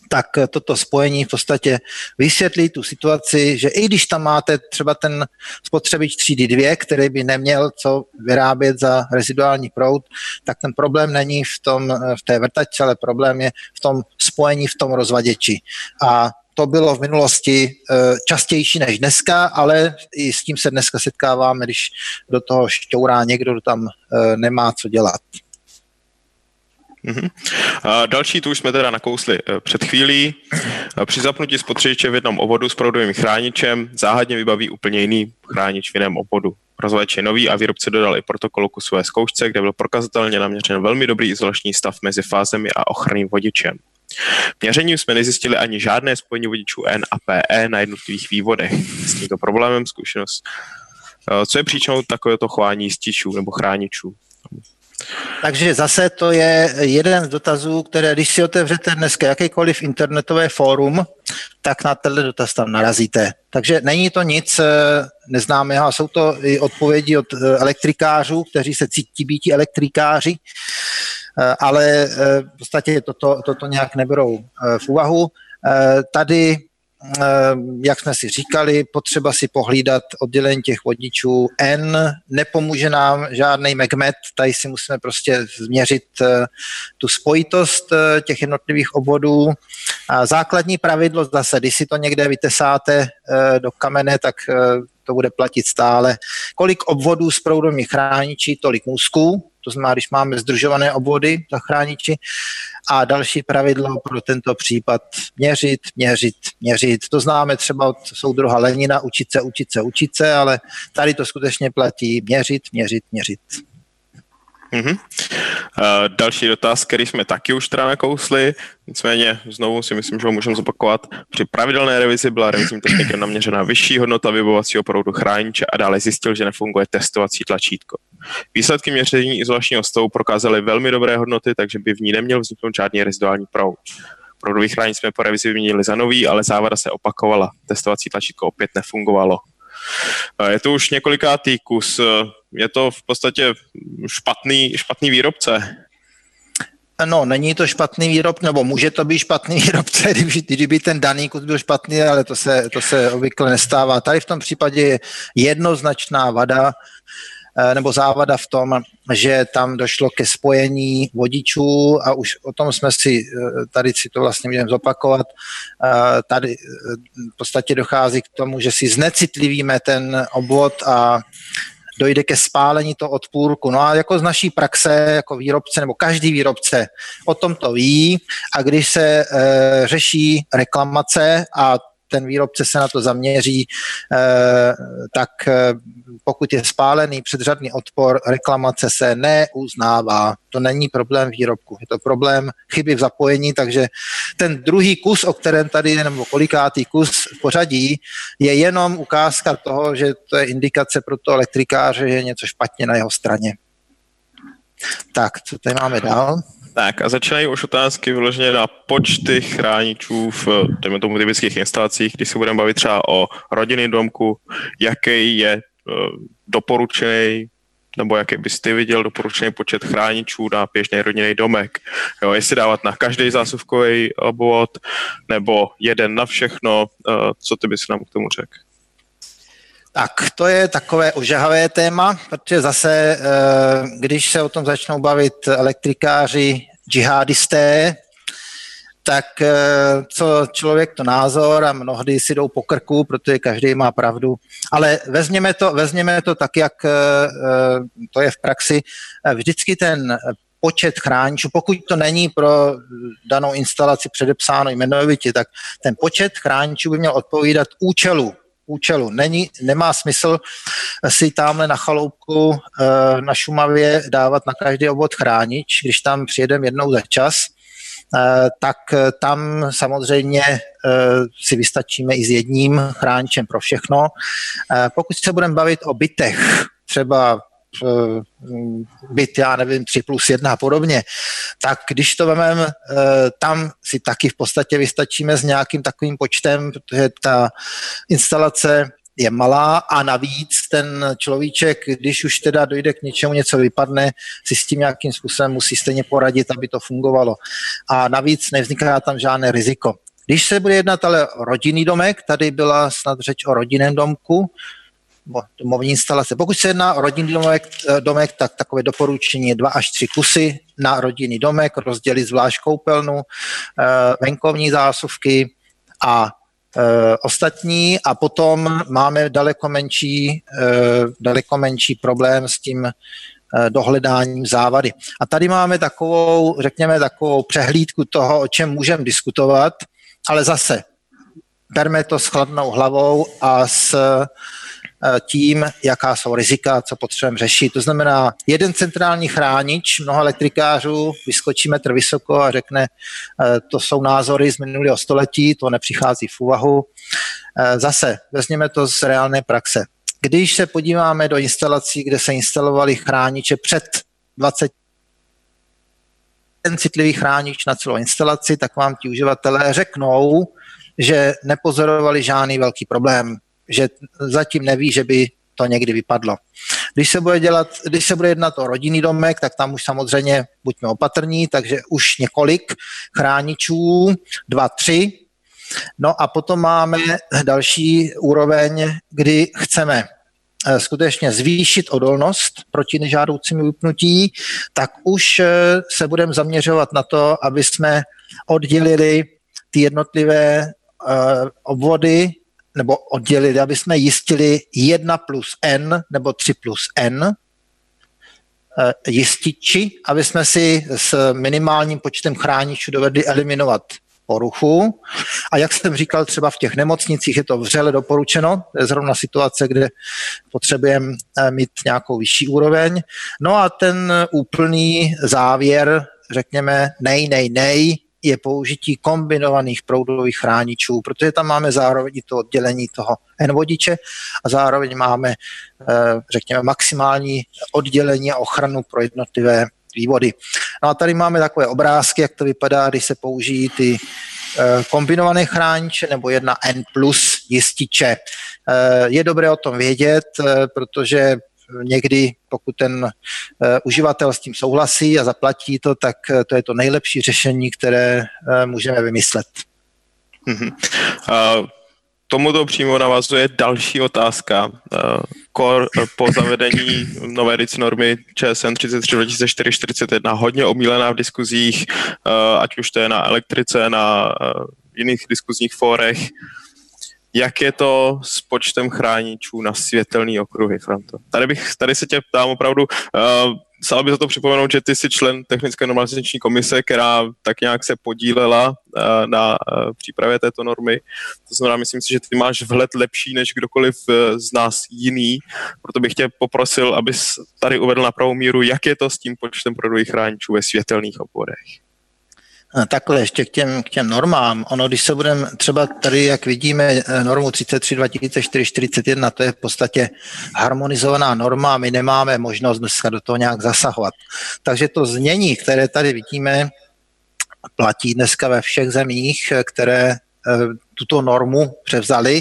tak toto spojení v podstatě vysvětlí tu situaci, že i když tam máte třeba ten spotřebič třídy dva, který by neměl co vyrábět za reziduální proud, tak ten problém není v, tom, v té vrtačce, ale problém je v tom spojení v tom rozvaděči. A to bylo v minulosti častější než dneska, ale i s tím se dneska setkáváme, když do toho šťourá někdo, kdo tam nemá co dělat. Uhum. A další, tu už jsme teda nakousli před chvílí. Při zapnutí spotřebiče v jednom obvodu s proudovým chráničem záhadně vybaví úplně jiný chránič v jiném obvodu. Rozvaděč je nový a výrobce dodal i protokol ku své zkoušce, kde byl prokazatelně naměřen velmi dobrý izolační stav mezi fázemi a ochranným vodičem. Měřením jsme nezjistili ani žádné spojení vodičů N a P E na jednotlivých vývodech. S tímto problémem zkušenost. Co je příčinou takovéto chování jističů nebo chráničů? Takže zase to je jeden z dotazů, které když si otevřete dneska jakýkoliv internetové fórum, tak na tenhle dotaz tam narazíte. Takže není to nic neznámého a jsou to i odpovědi od elektrikářů, kteří se cítí býti elektrikáři, ale v podstatě toto, toto nějak neberou v úvahu. Tady, jak jsme si říkali, potřeba si pohlídat oddělení těch vodičů N, nepomůže nám žádný magmet, tady si musíme prostě změřit tu spojitost těch jednotlivých obvodů. A základní pravidlo zase, když si to někde vytesáte do kamene, tak to bude platit stále. Kolik obvodů s proudovými chrániči, tolik můstků, to znamená, když máme združované obvody za chrániči. A další pravidlo pro tento případ měřit, měřit, měřit. To známe třeba od soudruha Lenina, učit se, učit se, učit se, ale tady to skutečně platí měřit, měřit, měřit. Mm-hmm. Uh, další dotaz, který jsme taky už teda nakousli, nicméně znovu si myslím, že ho můžeme zopakovat. Při pravidelné revizi byla revizním technikem naměřena vyšší hodnota vybavovacího proudu chrániče a dále zjistil, že nefunguje testovací tlačítko. Výsledky měření izolačního stavu prokázaly velmi dobré hodnoty, takže by v ní neměl vzniknout žádný reziduální proud. Proudový chránič jsme po revizi vyměnili za nový, ale závada se opakovala. Testovací tlačítko opět nefungovalo. Je to už několikátý kus. Je to v podstatě špatný, špatný výrobce. No, není to špatný výrobce, nebo může to být špatný výrobce, kdyby, kdyby ten daný kus byl špatný, ale to se, to se obvykle nestává. Tady v tom případě je jednoznačná vada, nebo závada v tom, že tam došlo ke spojení vodičů a už o tom jsme si, tady si to vlastně můžeme zopakovat, tady v podstatě dochází k tomu, že si znecitlivíme ten obvod a dojde ke spálení toho odpůrku. No a jako z naší praxe, jako výrobce, nebo každý výrobce o tom to ví a když se e, řeší reklamace a ten výrobce se na to zaměří, eh, tak eh, pokud je spálený předřadný odpor, reklamace se neuznává. To není problém výrobku, je to problém chyby v zapojení, takže ten druhý kus, o kterém tady je, nebo kolikátý kus v pořadí, je jenom ukázka toho, že to je indikace pro to elektrikáře, že je něco špatně na jeho straně. Tak, co tady máme dál? Tak a začínají už otázky vyloženě na počty chráničů v těmi tomu typických instalacích, když se budeme bavit třeba o rodinném domku, jaký je uh, doporučený, nebo jaký bys ty viděl doporučený počet chráničů na běžný rodinný domek. Jo, jestli dávat na každý zásuvkový obvod, nebo jeden na všechno, uh, co ty bys nám k tomu řekl? Tak to je takové ožahavé téma, protože zase, když se o tom začnou bavit elektrikáři, džihadisté, tak co člověk to názor a mnohdy si jdou po krku, protože každý má pravdu. Ale vezměme to, vezměme to tak, jak to je v praxi. Vždycky ten počet chráničů, pokud to není pro danou instalaci předepsáno jmenovitě, tak ten počet chráničů by měl odpovídat účelu. účelu. Není, nemá smysl si tamhle na chaloupku e, na Šumavě dávat na každý obvod chránič, když tam přijedeme jednou za čas, e, tak tam samozřejmě e, si vystačíme i s jedním chráničem pro všechno. E, pokud se budeme bavit o bytech, třeba byt, já nevím, tři plus jedna a podobně, tak když to vememe, tam si taky v podstatě vystačíme s nějakým takovým počtem, protože ta instalace je malá a navíc ten človíček, když už teda dojde k něčemu, něco vypadne, si s tím nějakým způsobem musí stejně poradit, aby to fungovalo. A navíc nevzniká tam žádné riziko. Když se bude jednat ale o rodinný domek, tady byla snad řeč o rodinném domku, domovní instalace. Pokud se jedná o rodinný domek, domek, tak takové doporučení je dva až tři kusy na rodinný domek, rozdělit zvlášť koupelnu, venkovní zásuvky a ostatní a potom máme daleko menší, daleko menší problém s tím dohledáním závady. A tady máme takovou, řekněme, takovou přehlídku toho, o čem můžeme diskutovat, ale zase berme to s chladnou hlavou a s tím, jaká jsou rizika, co potřebujeme řešit. To znamená, jeden centrální chránič, mnoho elektrikářů vyskočí metr vysoko a řekne, to jsou názory z minulého století, to nepřichází v úvahu. Zase, vezměme to z reálné praxe. Když se podíváme do instalací, kde se instalovaly chrániče před dvaceti ten citlivý chránič na celou instalaci, tak vám ti uživatelé řeknou, že nepozorovali žádný velký problém, že zatím neví, že by to někdy vypadlo. Když se bude dělat, když se bude jednat o rodinný domek, tak tam už samozřejmě buďme opatrní, takže už několik chráničů, dva, tři. No a potom máme další úroveň, kdy chceme skutečně zvýšit odolnost proti nežádoucímu vypnutí, tak už se budeme zaměřovat na to, aby jsme oddělili ty jednotlivé uh, obvody nebo oddělili, aby jsme jistili jedna plus N nebo tři plus N uh, jističi, aby jsme si s minimálním počtem chráničů dovedli eliminovat poruchu. A jak jsem říkal, třeba v těch nemocnicích je to vřele doporučeno, to je zrovna situace, kde potřebujeme mít nějakou vyšší úroveň. No a ten úplný závěr, řekněme, nej, nej, nej, je použití kombinovaných proudových chráničů, protože tam máme zároveň to oddělení toho N-vodiče a zároveň máme, řekněme, maximální oddělení a ochranu pro jednotlivé vývody. No a tady máme takové obrázky, jak to vypadá, když se použijí ty kombinované chrániče nebo jedna N plus jističe. Je dobré o tom vědět, protože někdy, pokud ten uh, uživatel s tím souhlasí a zaplatí to, tak uh, to je to nejlepší řešení, které uh, můžeme vymyslet. Mm-hmm. Uh, tomuto přímo navazuje další otázka. Uh, kor, uh, po zavedení nové R I C normy Č S N třicet tři dvacet čtyři čtyřicet jedna hodně omílená v diskuzích, uh, ať už to je na elektrice, na uh, jiných diskuzních fórech. Jak je to s počtem chráničů na světelný okruhy, Franto? Tady, bych, tady se tě ptám opravdu, uh, stále by za to připomenout, že ty jsi člen technické normalizační komise, která tak nějak se podílela uh, na uh, přípravě této normy. To znamená, myslím si, že ty máš vhled lepší než kdokoliv uh, z nás jiný, proto bych tě poprosil, abys tady uvedl na pravou míru, jak je to s tím počtem prodových chráničů ve světelných obvodech. Takhle ještě k těm, k těm normám. Ono, když se budeme třeba tady, jak vidíme, normu třicet tři dvacet čtyři čtyřicet jedna, to je v podstatě harmonizovaná norma, my nemáme možnost dneska do toho nějak zasahovat. Takže to znění, které tady vidíme, platí dneska ve všech zemích, které tuto normu převzali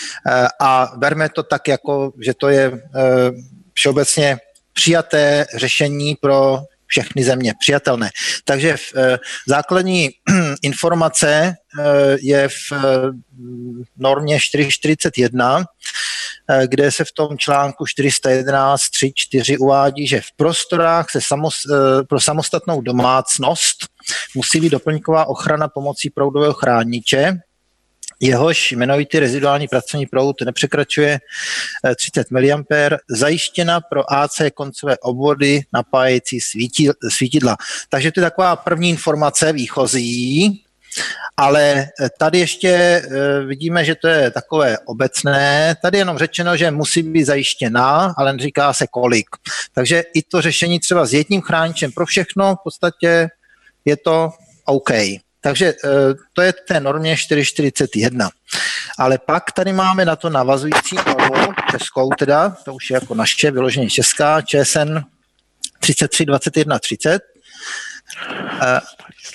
a berme to tak, jako, že to je všeobecně přijaté řešení pro všechny země, přijatelné. Takže v, e, základní informace e, je v e, normě čtyři čtyřicet jedna, e, kde se v tom článku čtyři sta jedenáct tři čtyři uvádí, že v prostorách se samos, e, pro samostatnou domácnost musí být doplňková ochrana pomocí proudového chrániče, jehož jmenovitý reziduální pracovní proud nepřekračuje třicet miliampérů, zajištěna pro A C koncové obvody napájející svítidla. Takže to je taková první informace výchozí, ale tady ještě vidíme, že to je takové obecné. Tady je jenom řečeno, že musí být zajištěna, ale neříká se kolik. Takže i to řešení třeba s jedním chráničem pro všechno, v podstatě je to OK. Takže to je té normě čtyři čtyřicet jedna. Ale pak tady máme na to navazující normu, českou teda, to už je jako naše, vyloženě česká, Č S N třicet tři dvacet jedna třicet.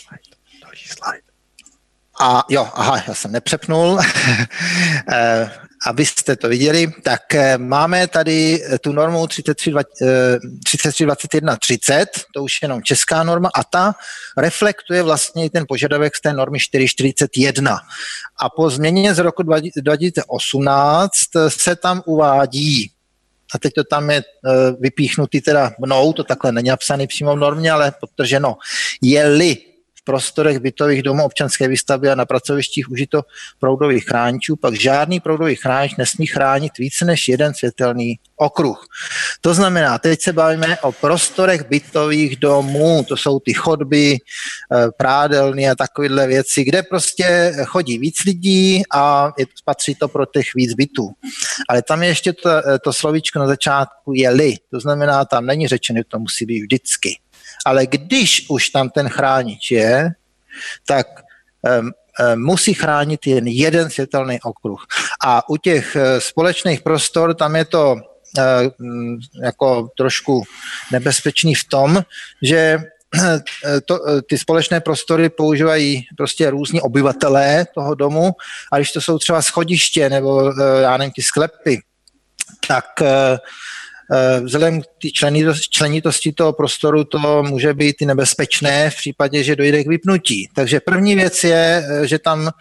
A jo, aha, já jsem nepřepnul. abyste to viděli, tak máme tady tu normu třicet tři dvacet jedna třicet, to už je jenom česká norma, a ta reflektuje vlastně ten požadavek z té normy čtyři čtyřicet jedna. A po změně z roku dva tisíce osmnáct se tam uvádí, a teď to tam je vypíchnutý teda mnou, to takhle není napsaný přímo v normě, ale podtrženo, je-li v prostorech bytových domů občanské výstavby a na pracovištích užito proudových chráničů, pak žádný proudový chránič nesmí chránit více než jeden světelný okruh. To znamená, teď se bavíme o prostorech bytových domů, to jsou ty chodby, prádelny a takovéhle věci, kde prostě chodí víc lidí a je, patří to pro těch víc bytů. Ale tam je ještě to, to slovíčko na začátku je-li, to znamená, tam není řečeno, že to musí být vždycky. Ale když už tam ten chránič je, tak um, um, musí chránit jen jeden světelný okruh. A u těch uh, společných prostor tam je to uh, jako trošku nebezpečný v tom, že to, ty společné prostory používají prostě různí obyvatelé toho domu, a když to jsou třeba schodiště nebo uh, já nevím, ty sklepy, tak uh, vzhledem k té členitosti toho prostoru to může být i nebezpečné v případě, že dojde k vypnutí. Takže první věc je, že tam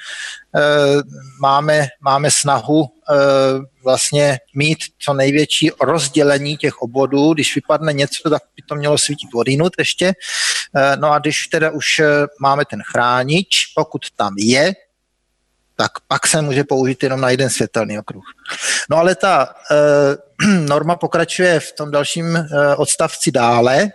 máme, máme snahu vlastně mít co největší rozdělení těch obvodů. Když vypadne něco, tak by to mělo svítit odjinud ještě. No a když teda už máme ten chránič, pokud tam je, tak pak se může použít jenom na jeden světelný okruh. No ale ta e, norma pokračuje v tom dalším e, odstavci dále. E,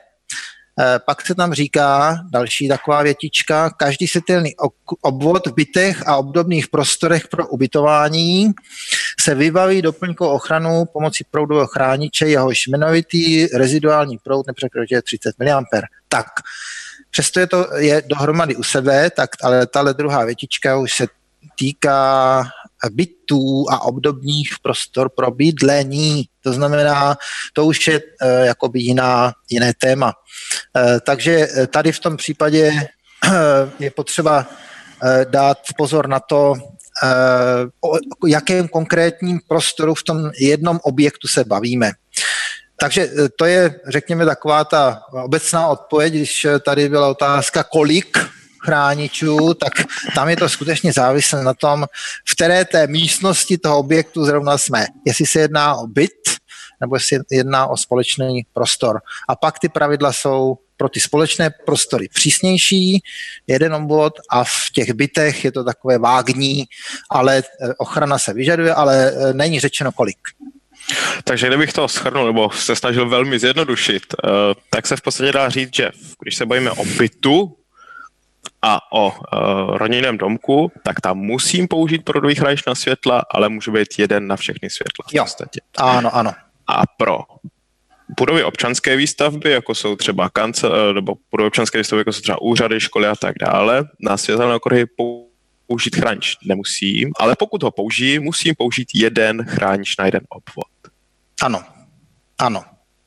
pak se tam říká další taková větička, každý světelný obvod v bytech a obdobných prostorech pro ubytování se vybaví doplňkovou ochranu pomocí proudového chrániče, jehož jmenovitý reziduální proud nepřekračuje třicet miliampérů. Tak, přesto je to je dohromady u sebe, tak ale tahle druhá větička už se týká bytů a obdobných prostor pro bydlení. To znamená, to už je e, jakoby jiná, jiné téma. E, takže tady v tom případě e, je potřeba e, dát pozor na to, e, o jakém konkrétním prostoru v tom jednom objektu se bavíme. Takže to je, řekněme, taková ta obecná odpověď, když tady byla otázka, kolik chráničů, tak tam je to skutečně závislé na tom, v které té místnosti toho objektu zrovna jsme. Jestli se jedná o byt, nebo jestli se jedná o společný prostor. A pak ty pravidla jsou pro ty společné prostory přísnější, jeden obvod, a v těch bytech je to takové vágní, ale ochrana se vyžaduje, ale není řečeno kolik. Takže kdybych to shrnul, nebo se snažil velmi zjednodušit, tak se v podstatě dá říct, že když se bavíme o bytu, a o uh, rodinném domku, tak tam musím použít proudový chránič na světla, ale může být jeden na všechny světla v podstatě. Jo, ano, ano. A pro budovy občanské výstavby, jako jsou třeba kance, nebo budovy občanské výstavby, jako jsou třeba úřady, školy a tak dále, na světelné okruhy použít chránič nemusím, ale pokud ho použiji, musím použít jeden chránič na jeden obvod. Ano, ano.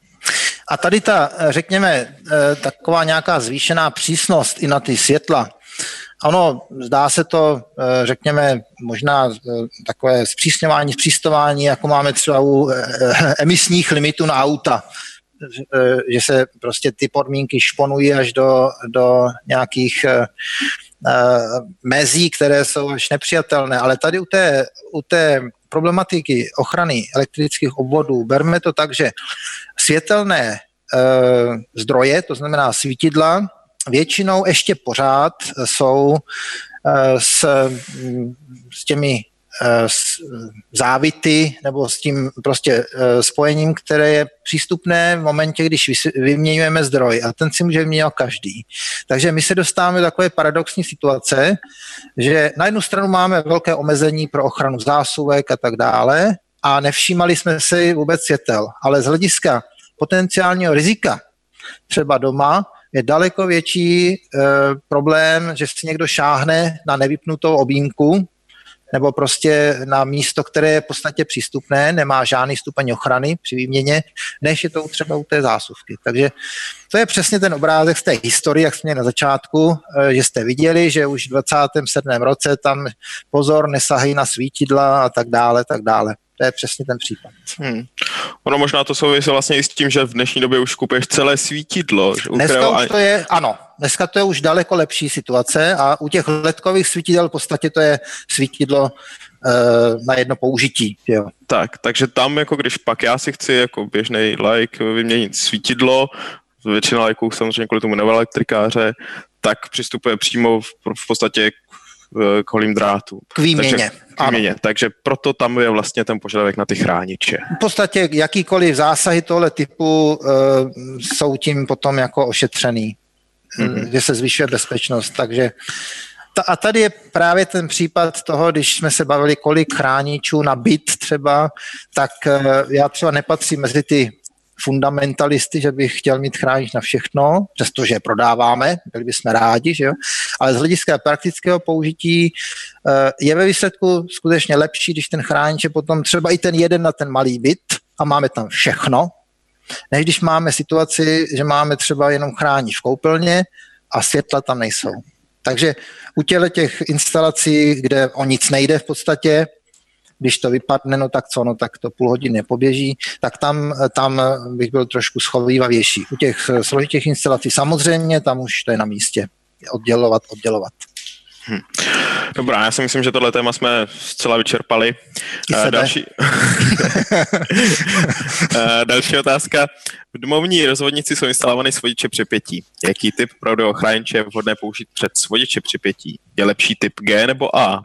A tady ta, řekněme, taková nějaká zvýšená přísnost i na ty světla, ono zdá se to, řekněme, možná takové zpřísňování, zpřístování, jako máme třeba u emisních limitů na auta, že se prostě ty podmínky šponují až do, do nějakých mezí, které jsou až nepřijatelné, ale tady u té, u té problematiky ochrany elektrických obvodů berme to tak, že světelné e, zdroje, to znamená svítidla, většinou ještě pořád jsou e, s, s těmi e, s závity nebo s tím prostě e, spojením, které je přístupné v momentě, když vyměňujeme zdroj, a ten si může vyměňovat každý. Takže my se dostáváme do takové paradoxní situace, že na jednu stranu máme velké omezení pro ochranu zásuvek a tak dále a nevšímali jsme si vůbec světel, ale z hlediska potenciálního rizika třeba doma je daleko větší e, problém, že si někdo šáhne na nevypnutou objímku nebo prostě na místo, které je v podstatě přístupné, nemá žádný stupeň ochrany při výměně, než je to třeba u té zásuvky. Takže to je přesně ten obrázek z té historie, jak jsme měli na začátku, že jste viděli, že už v dvacátém sedmém roce tam pozor, nesahají na svítidla a tak dále, tak dále. To je přesně ten případ. Hmm. Ono možná to souvisí vlastně i s tím, že v dnešní době už kupuješ celé svítidlo. Že dneska už to je, ano, dneska to je už daleko lepší situace a u těch ledkových svítidel v podstatě to je svítidlo e, na jedno použití. Jo. Tak, takže tam, jako když pak já si chci jako běžný laik vyměnit svítidlo, většina laiků samozřejmě kvůli tomu nevelektrikáře, tak přistupuje přímo v, v podstatě k holým drátům. K výměně. Takže, k výměně. Takže proto tam je vlastně ten požadavek na ty chrániče. V podstatě jakýkoliv zásahy tohle typu uh, jsou tím potom jako ošetřený, mm-hmm. že se zvyšuje bezpečnost. Takže ta, a tady je právě ten případ toho, když jsme se bavili, kolik chráničů na byt třeba, tak uh, já třeba nepatřím mezi ty fundamentalisty, že bych chtěl mít chránič na všechno, přestože je prodáváme, byli bychom rádi, že jo? Ale z hlediska praktického použití je ve výsledku skutečně lepší, když ten chránič je potom třeba i ten jeden na ten malý byt a máme tam všechno, než když máme situaci, že máme třeba jenom chránič v koupelně a světla tam nejsou. Takže u těle těch instalací, kde o nic nejde v podstatě, když to vypadne, no tak co, no tak to půl hodiny poběží, tak tam, tam bych byl trošku schovývavější. U těch složitých instalací samozřejmě, tam už to je na místě. Oddělovat, oddělovat. Hm. Dobrá, já si myslím, že tohle téma jsme zcela vyčerpali. Uh, další... uh, další otázka. V domovní rozvodnici jsou instalované svodiče přepětí. Jaký typ proudového chrániče je vhodné použít před svodiče přepětí? Je lepší typ G nebo A?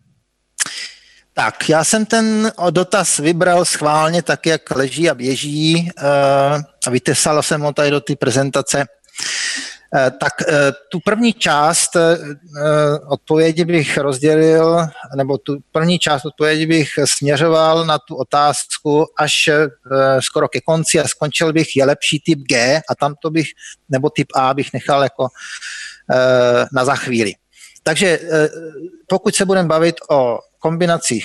Tak, já jsem ten dotaz vybral schválně tak, jak leží a běží a vytesal jsem ho tady do té prezentace. Tak tu první část odpovědi bych rozdělil, nebo tu první část odpovědi bych směřoval na tu otázku až skoro ke konci a skončil bych, je lepší typ G a tamto bych, nebo typ A bych nechal jako na za chvíli. Takže pokud se budeme bavit o kombinací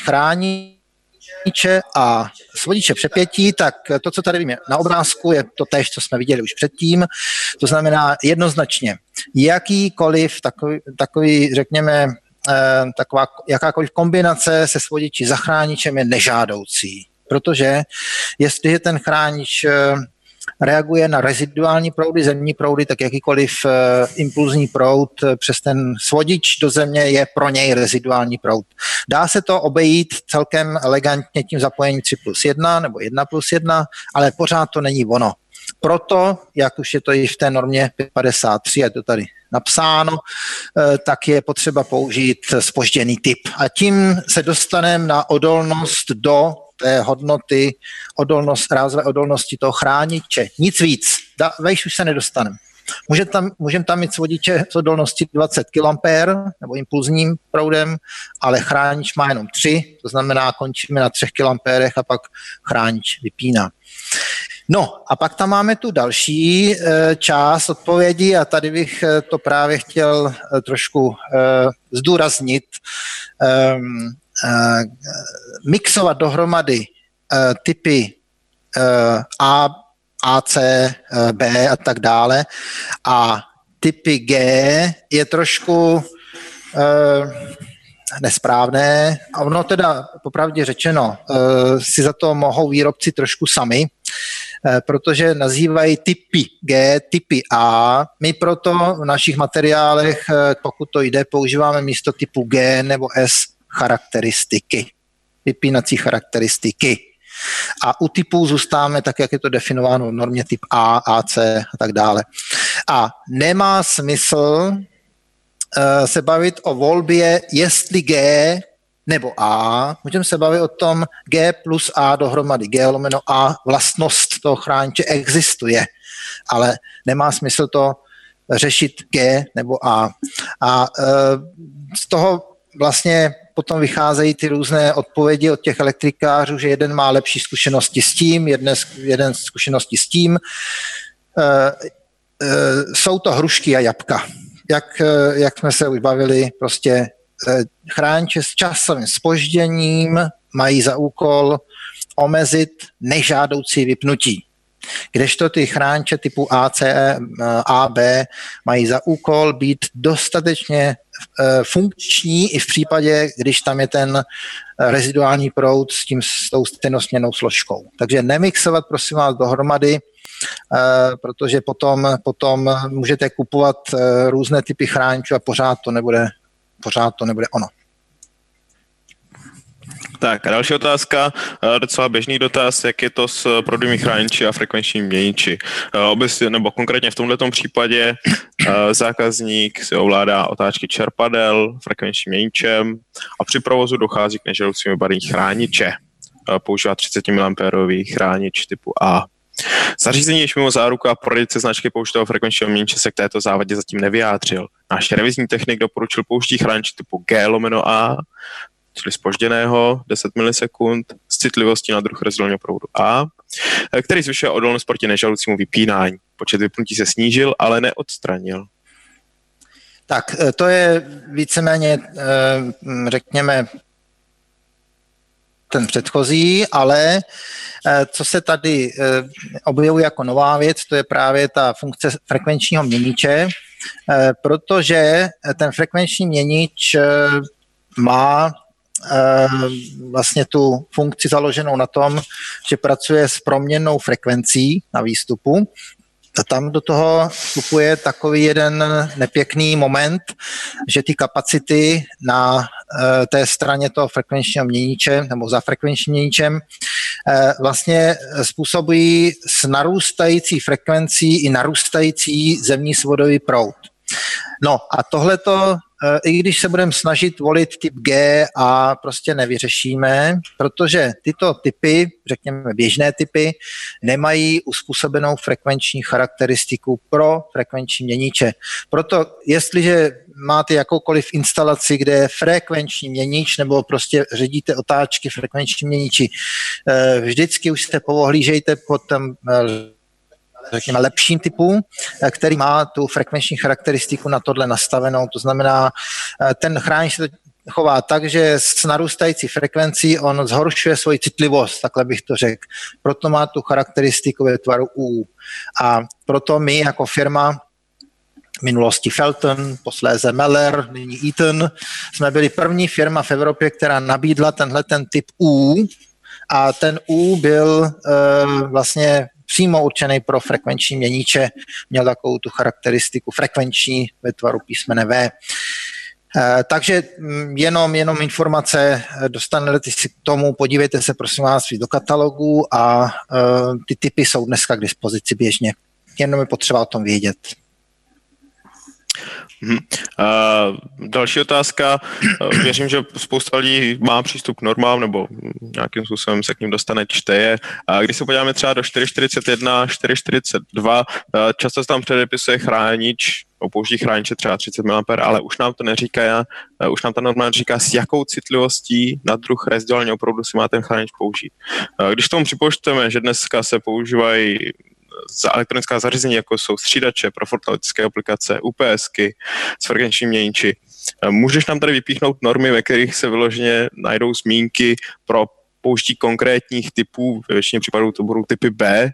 chrániče a svodiče přepětí, tak to, co tady vidíme na obrázku, je to též, co jsme viděli už předtím. To znamená jednoznačně jakýkoliv takový, takový řekněme, taková jakákoliv kombinace se svodiči za chráničem je nežádoucí. Protože jestliže ten chránič reaguje na reziduální proudy, zemní proudy, tak jakýkoliv uh, impulzní proud přes ten svodič do země je pro něj reziduální proud. Dá se to obejít celkem elegantně tím zapojením tři plus jedna nebo jedna plus jedna, ale pořád to není ono. Proto, jak už je to i v té normě pět padesát tři, je to tady napsáno, uh, tak je potřeba použít zpožděný typ. A tím se dostaneme na odolnost do té hodnoty, odolnost, rázové odolnosti toho chrániče. Nic víc. Da, vejš už se nedostaneme. Můžeme tam, můžem tam mít svodiče s odolností dvacet kiloampérů nebo impulzním proudem, ale chránič má jenom tři, to znamená, končíme na třech kiloampérech a pak chránič vypíná. No a pak tam máme tu další e, část odpovědi a tady bych e, to právě chtěl e, trošku e, zdůraznit. E, Uh, mixovat dohromady uh, typy uh, A, A, C, uh, B a tak dále a typy G je trošku uh, nesprávné a ono teda popravdě řečeno uh, si za to mohou výrobci trošku sami, uh, protože nazývají typy G, typy A. My proto v našich materiálech, uh, pokud to jde, používáme místo typu G nebo S charakteristiky, vypínací charakteristiky. A u typů zůstáváme tak, jak je to definováno v normě typ A, A C a tak dále. A nemá smysl uh, se bavit o volbě, jestli G nebo A. Můžeme se bavit o tom G plus A dohromady. G lomeno A, vlastnost toho chrániče existuje, ale nemá smysl to řešit G nebo A. A uh, z toho vlastně potom vycházejí ty různé odpovědi od těch elektrikářů, že jeden má lepší zkušenosti s tím, jeden, jeden zkušenosti s tím. E, e, jsou to hrušky a jabka. Jak, jak jsme se už bavili, prostě chrániče s časovým zpožděním mají za úkol omezit nežádoucí vypnutí. Kdežto ty chrániče typu A, C, A, B mají za úkol být dostatečně funkční i v případě, když tam je ten reziduální proud s, tím, s tou stejnosměrnou složkou. Takže nemixovat, prosím vás, dohromady, protože potom, potom můžete kupovat různé typy chráničů a pořád to nebude, pořád to nebude ono. Tak a další otázka, docela běžný dotaz, jak je to s proudovými chrániči a frekvenčními měniči. Obecně, nebo konkrétně v tomto případě zákazník si ovládá otáčky čerpadel frekvenčním měničem a při provozu dochází k nežádoucímu vybarvení chrániče. Používá třicet miliampérový chránič typu A. Zařízení již mimo záruku a prodejce značky použitého frekvenčního měniče se k této závadě zatím nevyjádřil. Náš revizní technik doporučil použití chrániče typu G lomeno A, čili zpožděného deset milisekund s citlivostí na druh reziduálního proudu A, který zvyšuje odolnost proti nežádoucímu vypínání. Počet vypnutí se snížil, ale neodstranil. Tak to je víceméně, řekněme, ten předchozí, ale co se tady objevuje jako nová věc, to je právě ta funkce frekvenčního měniče, protože ten frekvenční měnič má vlastně tu funkci založenou na tom, že pracuje s proměnnou frekvencí na výstupu. A tam do toho vstupuje takový jeden nepěkný moment, že ty kapacity na té straně toho frekvenčního měniče nebo za frekvenčním měničem vlastně způsobují s narůstající frekvencí i narůstající zemní svodový proud. No a tohleto, i když se budeme snažit volit typ G a prostě nevyřešíme, protože tyto typy, řekněme běžné typy, nemají uspůsobenou frekvenční charakteristiku pro frekvenční měniče. Proto jestliže máte jakoukoliv instalaci, kde je frekvenční měnič nebo prostě ředíte otáčky frekvenční měniči, vždycky už se povohlížejte pod tam řekněme lepším typu, který má tu frekvenční charakteristiku na tohle nastavenou. To znamená, ten chránič se chová tak, že s narůstající frekvencí on zhoršuje svoji citlivost, takhle bych to řekl. Proto má tu charakteristiku ve tvaru U. A proto my jako firma, v minulosti Felton, posléze Meller, nyní Eaton, jsme byli první firma v Evropě, která nabídla tenhle ten typ U, a ten U byl e, vlastně přímo určený pro frekvenční měniče, měl takovou tu charakteristiku frekvenční ve tvaru písmene V. E, takže jenom, jenom informace, dostanete si k tomu, podívejte se prosím vás do katalogu a e, ty typy jsou dneska k dispozici běžně. Jenom je potřeba o tom vědět. Hmm. Uh, další otázka. Uh, věřím, že spousta lidí má přístup k normám nebo nějakým způsobem se k ním dostane, čte je. Uh, když se podíváme třeba do čtyři čtyřicet jedna, čtyři čtyřicet dva, uh, často se tam předepisuje chránič, použití chrániče třeba třicet miliampérů, ale už nám to neříká, uh, už nám ta norma říká, s jakou citlivostí na druh reziduálního proudu si má ten chránič použít. Uh, když tomu připočteme, že dneska se používají za elektronická zařízení, jako jsou střídače pro fotografické aplikace, UPSky, s frekvenčním měniči. Můžeš nám tady vypíchnout normy, ve kterých se vyloženě najdou zmínky pro použití konkrétních typů, ve většině případů to budou typy B?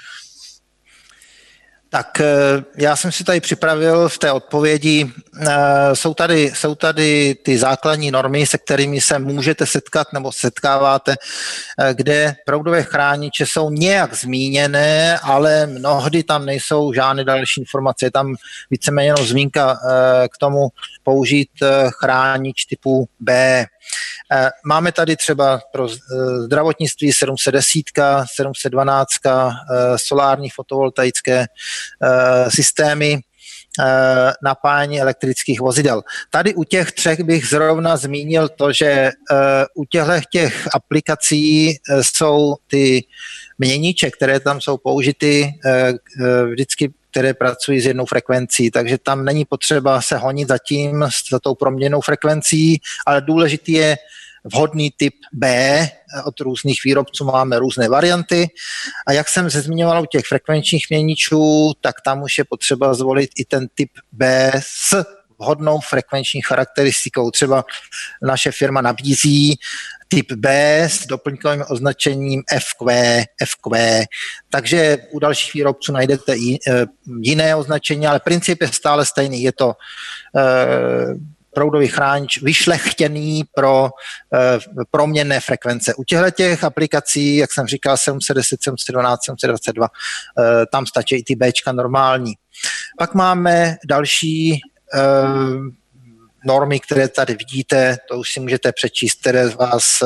Tak já jsem si tady připravil v té odpovědi, jsou tady, jsou tady ty základní normy, se kterými se můžete setkat nebo setkáváte, kde proudové chrániče jsou nějak zmíněné, ale mnohdy tam nejsou žádné další informace. Je tam víceméně jenom zmínka k tomu použít chránič typu B. Máme tady třeba pro zdravotnictví sedm set deset, sedm set dvanáct, solární fotovoltaické systémy, napájení elektrických vozidel. Tady u těch třech bych zrovna zmínil to, že u těchto těch aplikací jsou ty měniče, které tam jsou použity, vždycky které pracují s jednou frekvencí, takže tam není potřeba se honit za tím, za tou proměnnou frekvencí, ale důležitý je vhodný typ B. Od různých výrobců máme různé varianty a jak jsem se zmiňoval u těch frekvenčních měničů, tak tam už je potřeba zvolit i ten typ B s vhodnou frekvenční charakteristikou. Třeba naše firma nabízí typ B s doplňkovým označením F Q, F Q. Takže u dalších výrobců najdete jiné označení, ale princip je stále stejný. Je to proudový chránič vyšlechtěný pro proměnné frekvence. U těchto aplikací, jak jsem říkal, sedm set deset, sedm set dvanáct, sedm set dvacet dva, tam stačí i ty Bčka normální. Pak máme další normy, které tady vidíte, to už si můžete přečíst, které z vás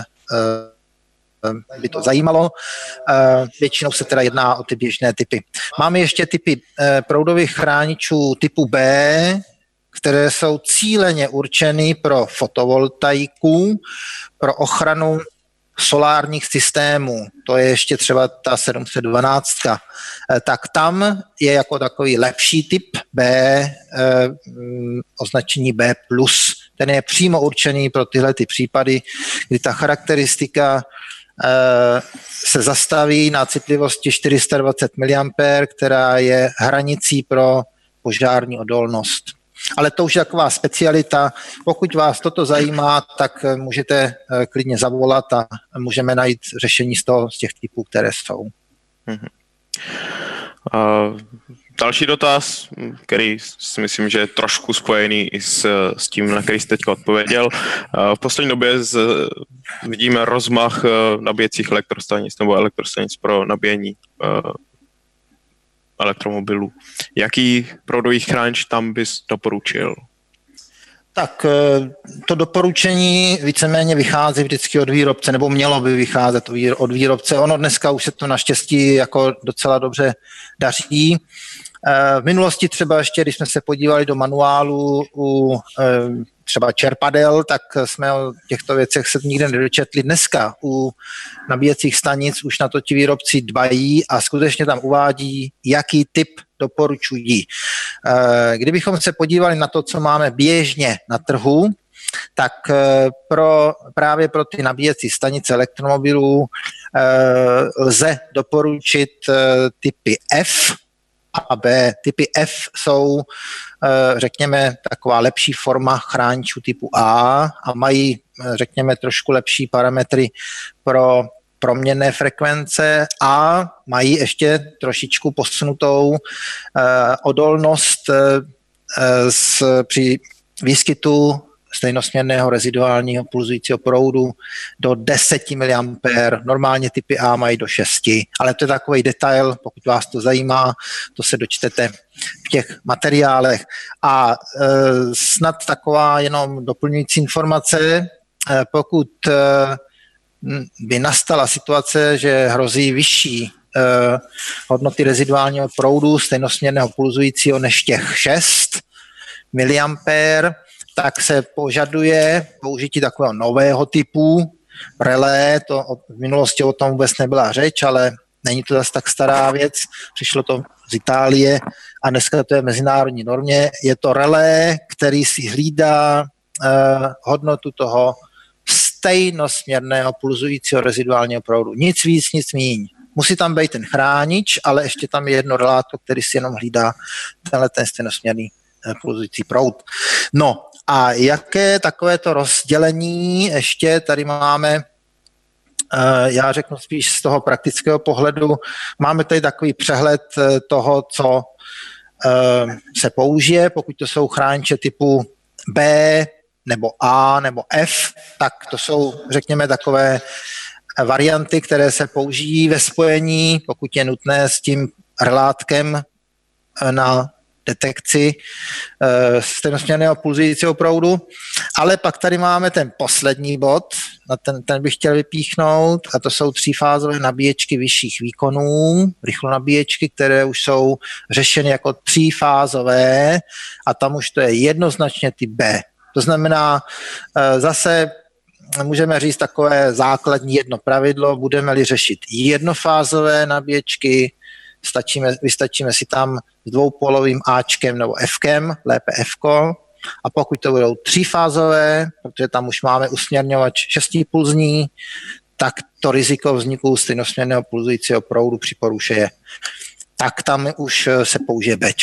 by to zajímalo. Většinou se teda jedná o ty běžné typy. Máme ještě typy proudových chráničů typu B, které jsou cíleně určeny pro fotovoltaiku, pro ochranu solárních systémů. To je ještě třeba ta sedm set dvanáct. Tak tam je jako takový lepší typ B, označení B plus. Ten je přímo určený pro tyhle ty případy, kdy ta charakteristika se zastaví na citlivosti čtyři sta dvacet miliampérů, která je hranicí pro požární odolnost. Ale to už je taková specialita. Pokud vás toto zajímá, tak můžete klidně zavolat a můžeme najít řešení z toho, z těch typů, které jsou. Mm-hmm. Uh, další dotaz, který si myslím, že je trošku spojený i s, s tím, na který jste teď odpověděl. Uh, v poslední době z, vidíme rozmach uh, nabíjecích elektrostanic nebo elektrostanic pro nabíjení uh, elektromobilů. Jaký proudový chránič tam bys doporučil? Tak to doporučení víceméně vychází vždycky od výrobce, nebo mělo by vycházet od výrobce. Ono dneska už se to naštěstí jako docela dobře daří. V minulosti třeba ještě, když jsme se podívali do manuálu u třeba čerpadel, tak jsme o těchto věcech se nikde nedočetli. Dneska u nabíjecích stanic už na to ti výrobci dbají a skutečně tam uvádí, jaký typ doporučují. Kdybychom se podívali na to, co máme běžně na trhu, tak pro, právě pro ty nabíjecí stanice elektromobilů lze doporučit typy F a B. Typy F jsou, řekněme, taková lepší forma chráničů typu A a mají, řekněme, trošku lepší parametry pro proměnné frekvence a mají ještě trošičku posunutou odolnost s, při výskytu stejnosměrného reziduálního pulzujícího proudu do deset miliampérů. Normálně typy A mají do šest, ale to je takový detail, pokud vás to zajímá, to se dočtete v těch materiálech. A e, snad taková jenom doplňující informace, e, pokud e, by nastala situace, že hrozí vyšší e, hodnoty reziduálního proudu stejnosměrného pulzujícího než těch šest miliampérů, tak se požaduje použití takového nového typu relé. To v minulosti o tom vůbec nebyla řeč, ale není to zase tak stará věc. Přišlo to z Itálie a dneska to je v mezinárodní normě. Je to relé, který si hlídá eh, hodnotu toho stejnosměrného pulzujícího reziduálního proudu. Nic víc, nic míň. Musí tam být ten chránič, ale ještě tam je jedno relátko, který si jenom hlídá tenhle ten stejnosměrný eh, pulzující proud. No, a jaké takovéto rozdělení ještě tady máme, já řeknu spíš z toho praktického pohledu, máme tady takový přehled toho, co se použije, pokud to jsou chrániče typu B nebo A nebo F, tak to jsou, řekněme, takové varianty, které se použijí ve spojení, pokud je nutné s tím relátkem na detekci e, stejnosměrného pulzujícího proudu. Ale pak tady máme ten poslední bod, na ten, ten bych chtěl vypíchnout, a to jsou třífázové nabíječky vyšších výkonů, rychlonabíječky, které už jsou řešeny jako třífázové a tam už to je jednoznačně typ B. To znamená, e, zase můžeme říct takové základní jedno pravidlo, budeme-li řešit jednofázové nabíječky, Stačíme, vystačíme si tam s dvoupolovým Ačkem nebo Fkem, lépe Fko, a pokud to budou třífázové, protože tam už máme usměrňovač šestipulzní, tak to riziko vzniku stejnosměrného pulzujícího proudu při poruše je. Tak tam už se použije Bčko.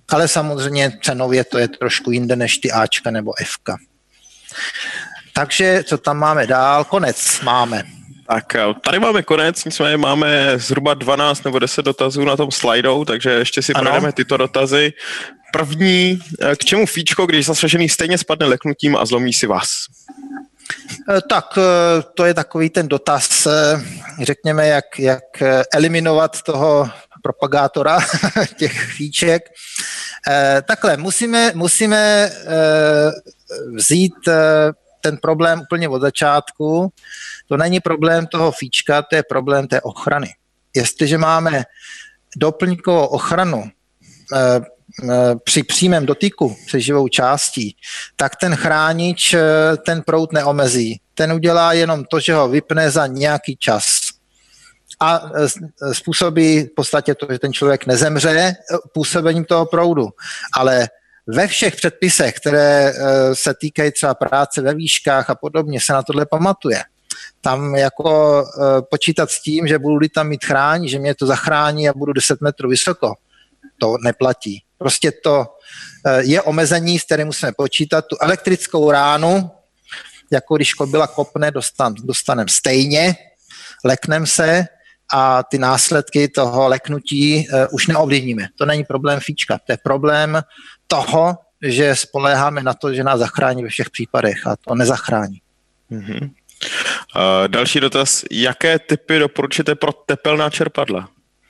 Ale samozřejmě cenově to je trošku jinde než ty Ačka nebo Fka. Takže co tam máme dál? Konec máme. Tak tady máme konec, nicméně máme zhruba dvanáct nebo deset dotazů na tom slideu, takže ještě si projdeme tyto dotazy. První, k čemu fíčko, když zasažený stejně spadne leknutím a zlomí si vás? Tak to je takový ten dotaz, řekněme, jak, jak eliminovat toho propagátora těch fíček. Takhle, musíme, musíme vzít ten problém úplně od začátku. To není problém toho fíčka, to je problém té ochrany. Jestliže máme doplňkovou ochranu při přímém dotyku se živou částí, tak ten chránič ten proud neomezí. Ten udělá jenom to, že ho vypne za nějaký čas. A způsobí v podstatě to, že ten člověk nezemře působením toho proudu. Ale ve všech předpisech, které se týkají třeba práce ve výškách a podobně, se na tohle pamatuje. Tam jako počítat s tím, že budu tam mít chrání, že mě to zachrání a budu deset metrů vysoko, to neplatí. Prostě to je omezení, s kterým musíme počítat. Tu elektrickou ránu, jako když kobila kopne, dostan, dostaneme stejně, lekneme se a ty následky toho leknutí uh, už neovlivníme. To není problém fíčka, to je problém toho, že spoléháme na to, že nás zachrání ve všech případech a to nezachrání. Mm-hmm. Uh, další dotaz. Jaké typy doporučíte pro tepelná čerpadla?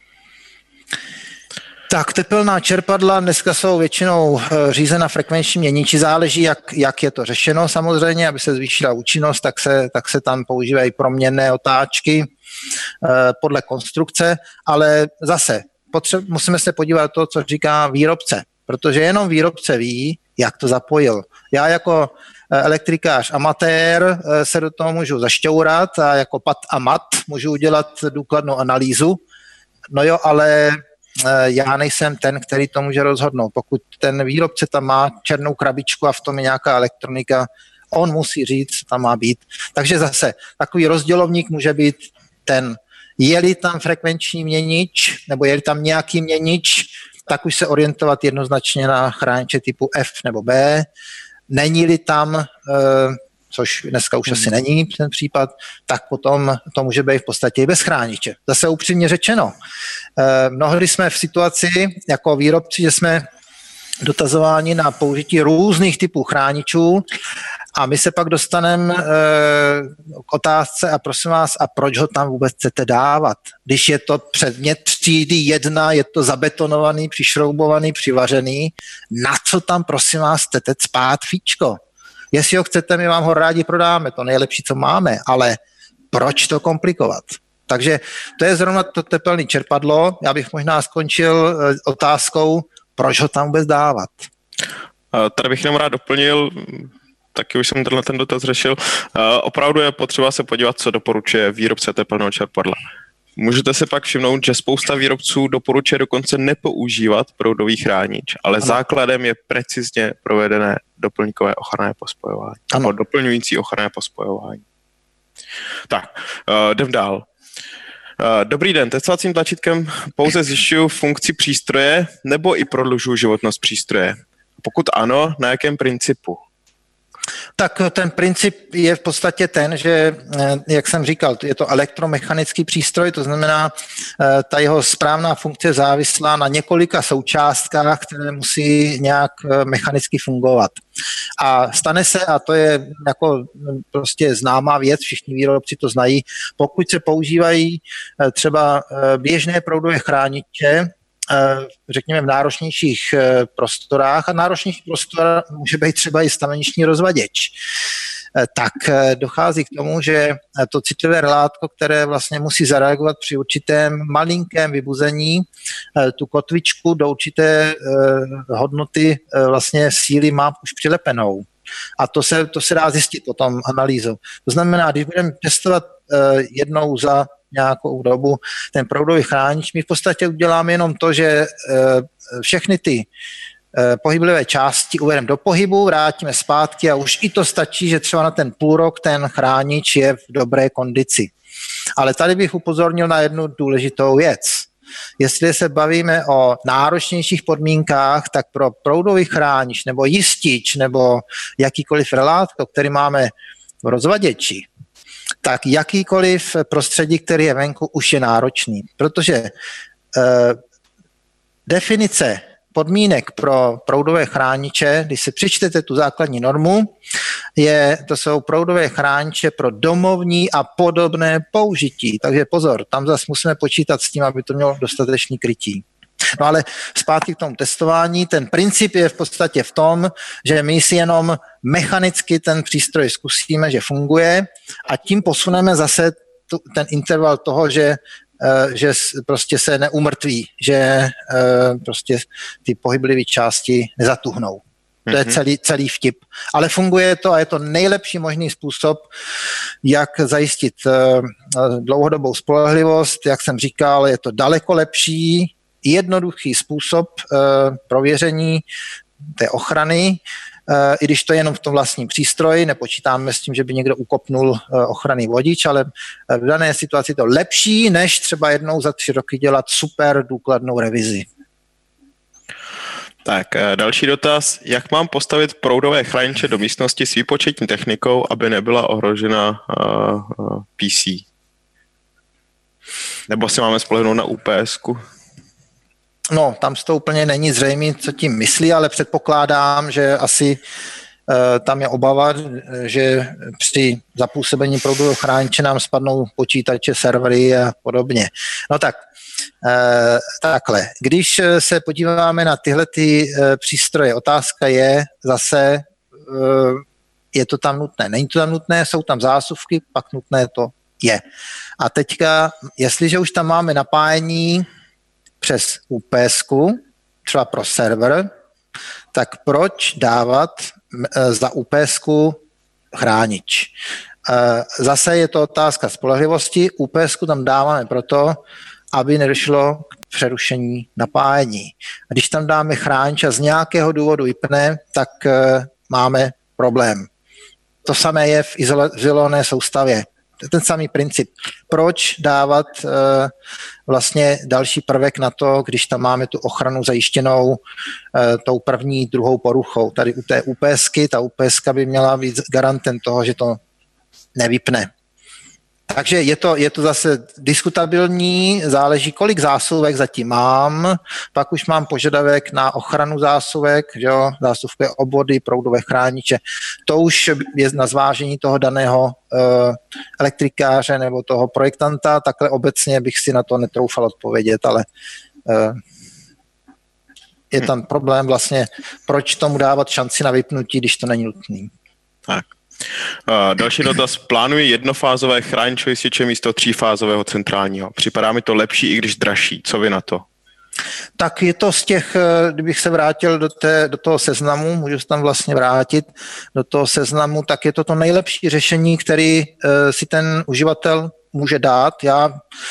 Tak tepelná čerpadla dneska jsou většinou řízena frekvenční měniči, záleží, jak, jak je to řešeno samozřejmě, aby se zvýšila účinnost, tak se, tak se tam používají proměnné otáčky eh, podle konstrukce, ale zase potře- musíme se podívat na to, co říká výrobce, protože jenom výrobce ví, jak to zapojil. Já jako elektrikář amatér se do toho můžu zašťourat a jako pat a mat můžu udělat důkladnou analýzu, no jo, ale já nejsem ten, který to může rozhodnout. Pokud ten výrobce tam má černou krabičku a v tom je nějaká elektronika, on musí říct, co tam má být. Takže zase takový rozdělovník může být ten, je-li tam frekvenční měnič, nebo je-li tam nějaký měnič, tak už se orientovat jednoznačně na chrániče typu F nebo B. Není-li tam, což dneska už asi není ten případ, tak potom to může být v podstatě i bez chrániče. Zase upřímně řečeno, mnohdy jsme v situaci jako výrobci, že jsme dotazováni na použití různých typů chráničů a my se pak dostaneme k otázce a prosím vás, a proč ho tam vůbec chcete dávat? Když je to předmět třídy jedna, je to zabetonovaný, přišroubovaný, přivařený, na co tam prosím vás chcete cpát fíčko? Jestli ho chcete, my vám ho rádi prodáme, to nejlepší, co máme, ale proč to komplikovat? Takže to je zrovna to tepelné čerpadlo. Já bych možná skončil otázkou, proč ho tam vůbec dávat. Tady bych jenom rád doplnil, taky už jsem tenhle ten dotaz řešil. Opravdu je potřeba se podívat, co doporučuje výrobce tepelného čerpadla. Můžete si pak všimnout, že spousta výrobců doporučuje dokonce nepoužívat proudový chránič, ale ano. Základem je precizně provedené doplňkové ochranné pospojování. Ano. Doplňující ochranné pospojování. Tak, uh, jdem dál. Uh, dobrý den, testovacím tlačítkem pouze zjišťuju funkci přístroje nebo i prodlužuju životnost přístroje? Pokud ano, na jakém principu? Tak ten princip je v podstatě ten, že, jak jsem říkal, je to elektromechanický přístroj, to znamená, ta jeho správná funkce je závislá na několika součástkách, které musí nějak mechanicky fungovat. A stane se, a to je jako prostě známá věc, všichni výrobci to znají, pokud se používají třeba běžné proudové chrániče, řekněme v náročnějších prostorách, a náročnější prostor může být třeba i staveniční rozvaděč, tak dochází k tomu, že to citlivé relátko, které vlastně musí zareagovat při určitém malinkém vybuzení, tu kotvičku do určité hodnoty vlastně síly má už přilepenou. A to se, to se dá zjistit potom analýzou. To znamená, když budeme testovat jednou za nějakou dobu ten proudový chránič, my v podstatě uděláme jenom to, že všechny ty pohyblivé části uvedeme do pohybu, vrátíme zpátky a už i to stačí, že třeba na ten půl rok ten chránič je v dobré kondici. Ale tady bych upozornil na jednu důležitou věc. Jestli se bavíme o náročnějších podmínkách, tak pro proudový chránič nebo jistič nebo jakýkoliv relátko, který máme v rozvaděči, tak jakýkoliv prostředí, který je venku, už je náročný. Protože eh, definice podmínek pro proudové chrániče, když si přečtete tu základní normu, je, to jsou proudové chrániče pro domovní a podobné použití. Takže pozor, tam zase musíme počítat s tím, aby to mělo dostatečný krytí. No ale zpátky k tomu testování, ten princip je v podstatě v tom, že my si jenom mechanicky ten přístroj zkusíme, že funguje a tím posuneme zase tu, ten interval toho, že že prostě se neumrtví, že prostě ty pohyblivé části nezatuhnou. To je celý, celý vtip. Ale funguje to a je to nejlepší možný způsob, jak zajistit dlouhodobou spolehlivost. Jak jsem říkal, je to daleko lepší, jednoduchý způsob prověření té ochrany, i když to je jenom v tom vlastním přístroji, nepočítáme s tím, že by někdo ukopnul ochranný vodič, ale v dané situaci to lepší, než třeba jednou za tři roky dělat super důkladnou revizi. Tak, další dotaz. Jak mám postavit proudové chrániče do místnosti s výpočetní technikou, aby nebyla ohrožena uh, uh, P C? Nebo si máme spolehnout na U P S ku? No, tam to úplně není zřejmé, co tím myslí, ale předpokládám, že asi e, tam je obava, že při zapůsobení proudového chrániče nám spadnou počítače, servery a podobně. No tak, e, takhle. Když se podíváme na tyhle ty e, přístroje, otázka je zase, e, je to tam nutné, není to tam nutné, jsou tam zásuvky, pak nutné to je. A teďka, jestliže už tam máme napájení přes U P S ku, třeba pro server, tak proč dávat za U P S ku chránič? Zase je to otázka spolehlivosti. U P S ku tam dáváme proto, aby nedošlo k přerušení napájení. A když tam dáme chránič a z nějakého důvodu vypne, tak máme problém. To samé je v izolované soustavě. To je ten samý princip. Proč dávat uh, vlastně další prvek na to, když tam máme tu ochranu zajištěnou uh, tou první, druhou poruchou. Tady u té UPSky, ta UPSka by měla být garantem toho, že to nevypne. Takže je to, je to zase diskutabilní, záleží, kolik zásuvek zatím mám, pak už mám požadavek na ochranu zásuvek, že jo, zásuvkové obvody, proudové chrániče. To už je na zvážení toho daného uh, elektrikáře nebo toho projektanta, takhle obecně bych si na to netroufal odpovědět, ale uh, je tam problém vlastně, proč tomu dávat šanci na vypnutí, když to není nutný. Tak. Uh, další dotaz. Plánuji jednofázové chráničové jističe místo třífázového centrálního. Připadá mi to lepší, i když dražší. Co vy na to? Tak je to z těch, kdybych se vrátil do, té, do toho seznamu, můžu se tam vlastně vrátit do toho seznamu, tak je to to nejlepší řešení, který uh, si ten uživatel může dát. Já uh,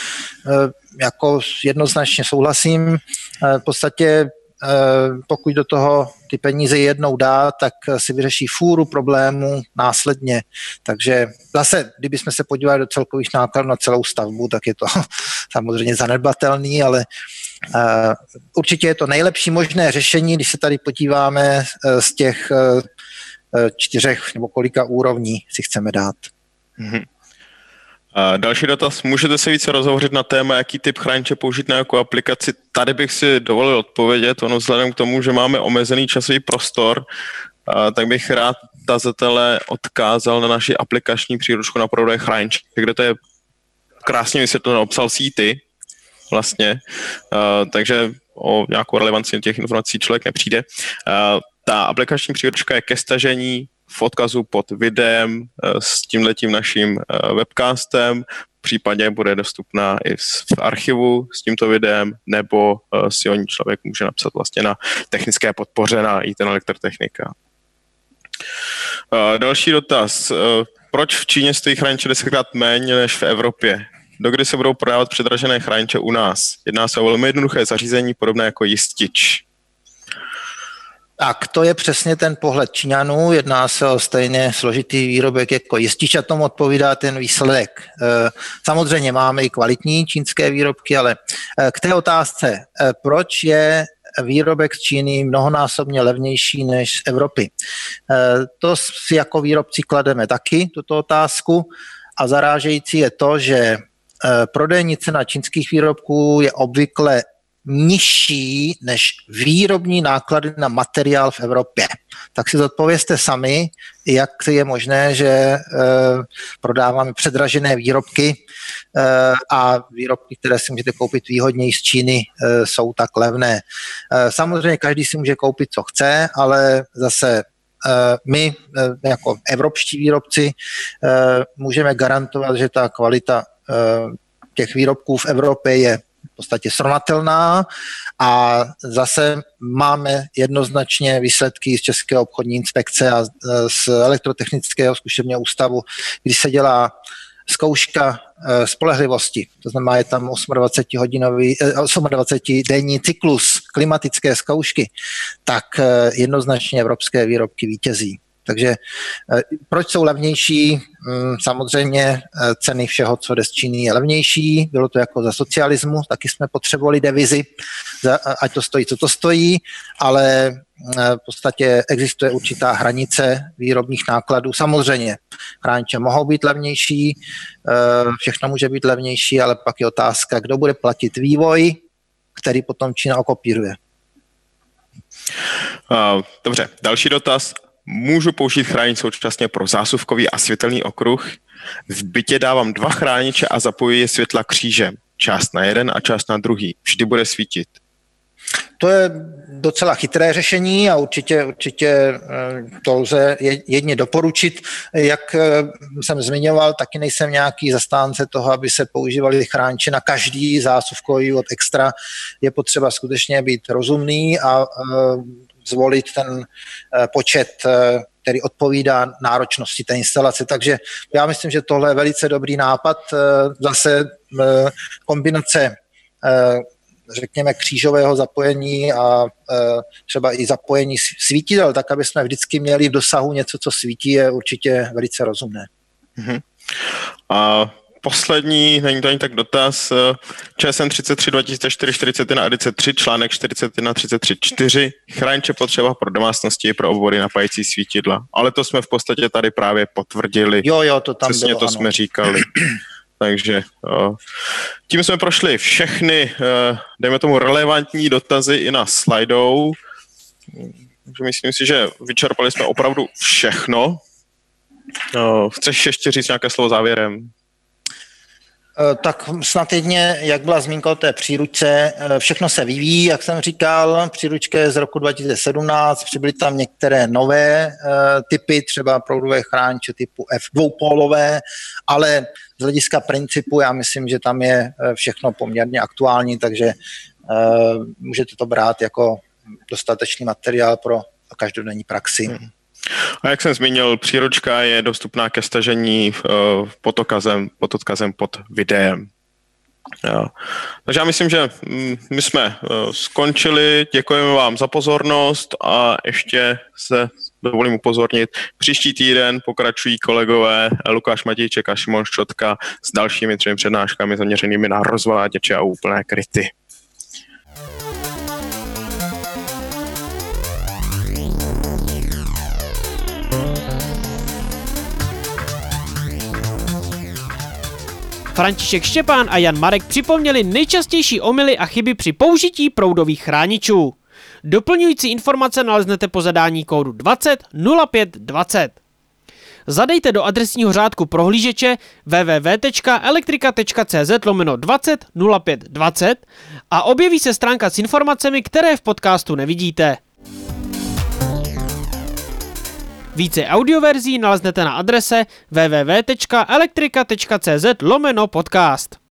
jako jednoznačně souhlasím. Uh, v podstatě pokud do toho ty peníze jednou dá, tak si vyřeší fůru problémů následně. Takže zase, kdybychom se podívali do celkových nákladů na celou stavbu, tak je to samozřejmě zanedbatelný, ale uh, určitě je to nejlepší možné řešení, když se tady podíváme uh, z těch uh, čtyřech nebo kolika úrovní si chceme dát. Mm-hmm. A další dotaz. Můžete se více rozhovořit na téma, jaký typ chrániče použít na jakou aplikaci? Tady bych si dovolil odpovědět, ono vzhledem k tomu, že máme omezený časový prostor, a, tak bych rád tazatele odkázal na naši aplikační příručku na proudové chrániče, kde to je krásně vysvětleno, obsal síty vlastně, a, takže o nějakou relevanci těch informací člověk nepřijde. A, ta aplikační příručka je ke stažení v odkazu pod videem s tímhletím naším webcastem, případně bude dostupná i v archivu s tímto videem, nebo si o ní člověk může napsat vlastně na technické podpoře na í té Elektrotechnika. Další dotaz. Proč v Číně stojí chrániče desetkrát méně než v Evropě? Dokdy se budou prodávat předražené chrániče u nás? Jedná se o velmi jednoduché zařízení, podobné jako jistič. Tak to je přesně ten pohled Číňanů, jedná se o stejně složitý výrobek jako jistič a tomu odpovídá ten výsledek. Samozřejmě máme i kvalitní čínské výrobky, ale k té otázce, proč je výrobek z Číny mnohonásobně levnější než z Evropy. To si jako výrobci klademe taky, tuto otázku, a zarážející je to, že prodejní cena čínských výrobků je obvykle nižší než výrobní náklady na materiál v Evropě. Tak si zodpovězte sami, jak je možné, že e, prodáváme předražené výrobky e, a výrobky, které si můžete koupit výhodněji z Číny, e, jsou tak levné. E, samozřejmě každý si může koupit, co chce, ale zase e, my e, jako evropští výrobci e, můžeme garantovat, že ta kvalita e, těch výrobků v Evropě je v podstatě srovnatelná a zase máme jednoznačně výsledky z České obchodní inspekce a z elektrotechnického zkušebního ústavu, když se dělá zkouška spolehlivosti, to znamená, je tam dvacetihodinový, dvacetidenní cyklus klimatické zkoušky, tak jednoznačně evropské výrobky vítězí. Takže proč jsou levnější? Samozřejmě ceny všeho, co jde z Číny, je levnější. Bylo to jako za socialismu, taky jsme potřebovali devizi, ať to stojí, co to stojí, ale v podstatě existuje určitá hranice výrobních nákladů. Samozřejmě chrániče mohou být levnější, všechno může být levnější, ale pak je otázka, kdo bude platit vývoj, který potom Čína okopíruje. Uh, dobře, další dotaz. Můžu použít chránič současně pro zásuvkový a světelný okruh. V bytě dávám dva chrániče a zapojuji světla křížem. Část na jeden a část na druhý. Vždy bude svítit. To je docela chytré řešení a určitě, určitě to lze jedně doporučit. Jak jsem zmiňoval, taky nejsem nějaký zastánce toho, aby se používali chrániče na každý zásuvkový od extra. Je potřeba skutečně být rozumný a zvolit ten počet, který odpovídá náročnosti té instalace. Takže já myslím, že tohle je velice dobrý nápad. Zase kombinace, řekněme, křížového zapojení a třeba i zapojení svítidel, tak aby jsme vždycky měli v dosahu něco, co svítí, je určitě velice rozumné. Mhm. A poslední, není to ani tak dotaz, Č S N třicet tři dva tisíce čtyři sta čtyřicet jedna edice tři, článek čtyřicet jedna třicet tři čtyři, chrániče potřeba pro domácnosti i pro obvody napájecí svítidla. Ale to jsme v podstatě tady právě potvrdili. Jo, jo, to tam Přesně bylo, to ano. jsme říkali. Takže tím jsme prošli všechny, dejme tomu, relevantní dotazy i na Slido. Myslím si, že vyčerpali jsme opravdu všechno. Chceš ještě říct nějaké slovo závěrem? Tak snad jedně, jak byla zmínka o té příručce, všechno se vyvíjí, jak jsem říkal, příručka je z roku dva tisíce sedmnáct, přibyly tam některé nové typy, třeba proudové chrániče typu F dvoupólové, ale z hlediska principu já myslím, že tam je všechno poměrně aktuální, takže můžete to brát jako dostatečný materiál pro každodenní praxi. Hmm. A jak jsem zmínil, příručka je dostupná ke stažení uh, pod, odkazem, pod odkazem pod videem. Jo. Takže já myslím, že my jsme uh, skončili, děkujeme vám za pozornost a ještě se dovolím upozornit, příští týden pokračují kolegové Lukáš Matějček a Šimon Ščotka s dalšími třemi přednáškami zaměřenými na rozváděče a úplné kryty. František Štěpán a Jan Marek připomněli nejčastější omyly a chyby při použití proudových chráničů. Doplňující informace naleznete po zadání kódu dvacet nula pět dvacet. Zadejte do adresního řádku prohlížeče w w w tečka elektrika tečka c z lomeno dvacet nula pět dvacet a objeví se stránka s informacemi, které v podcastu nevidíte. Více audioverzí naleznete na adrese w w w tečka elektrika tečka c z lomeno podcast.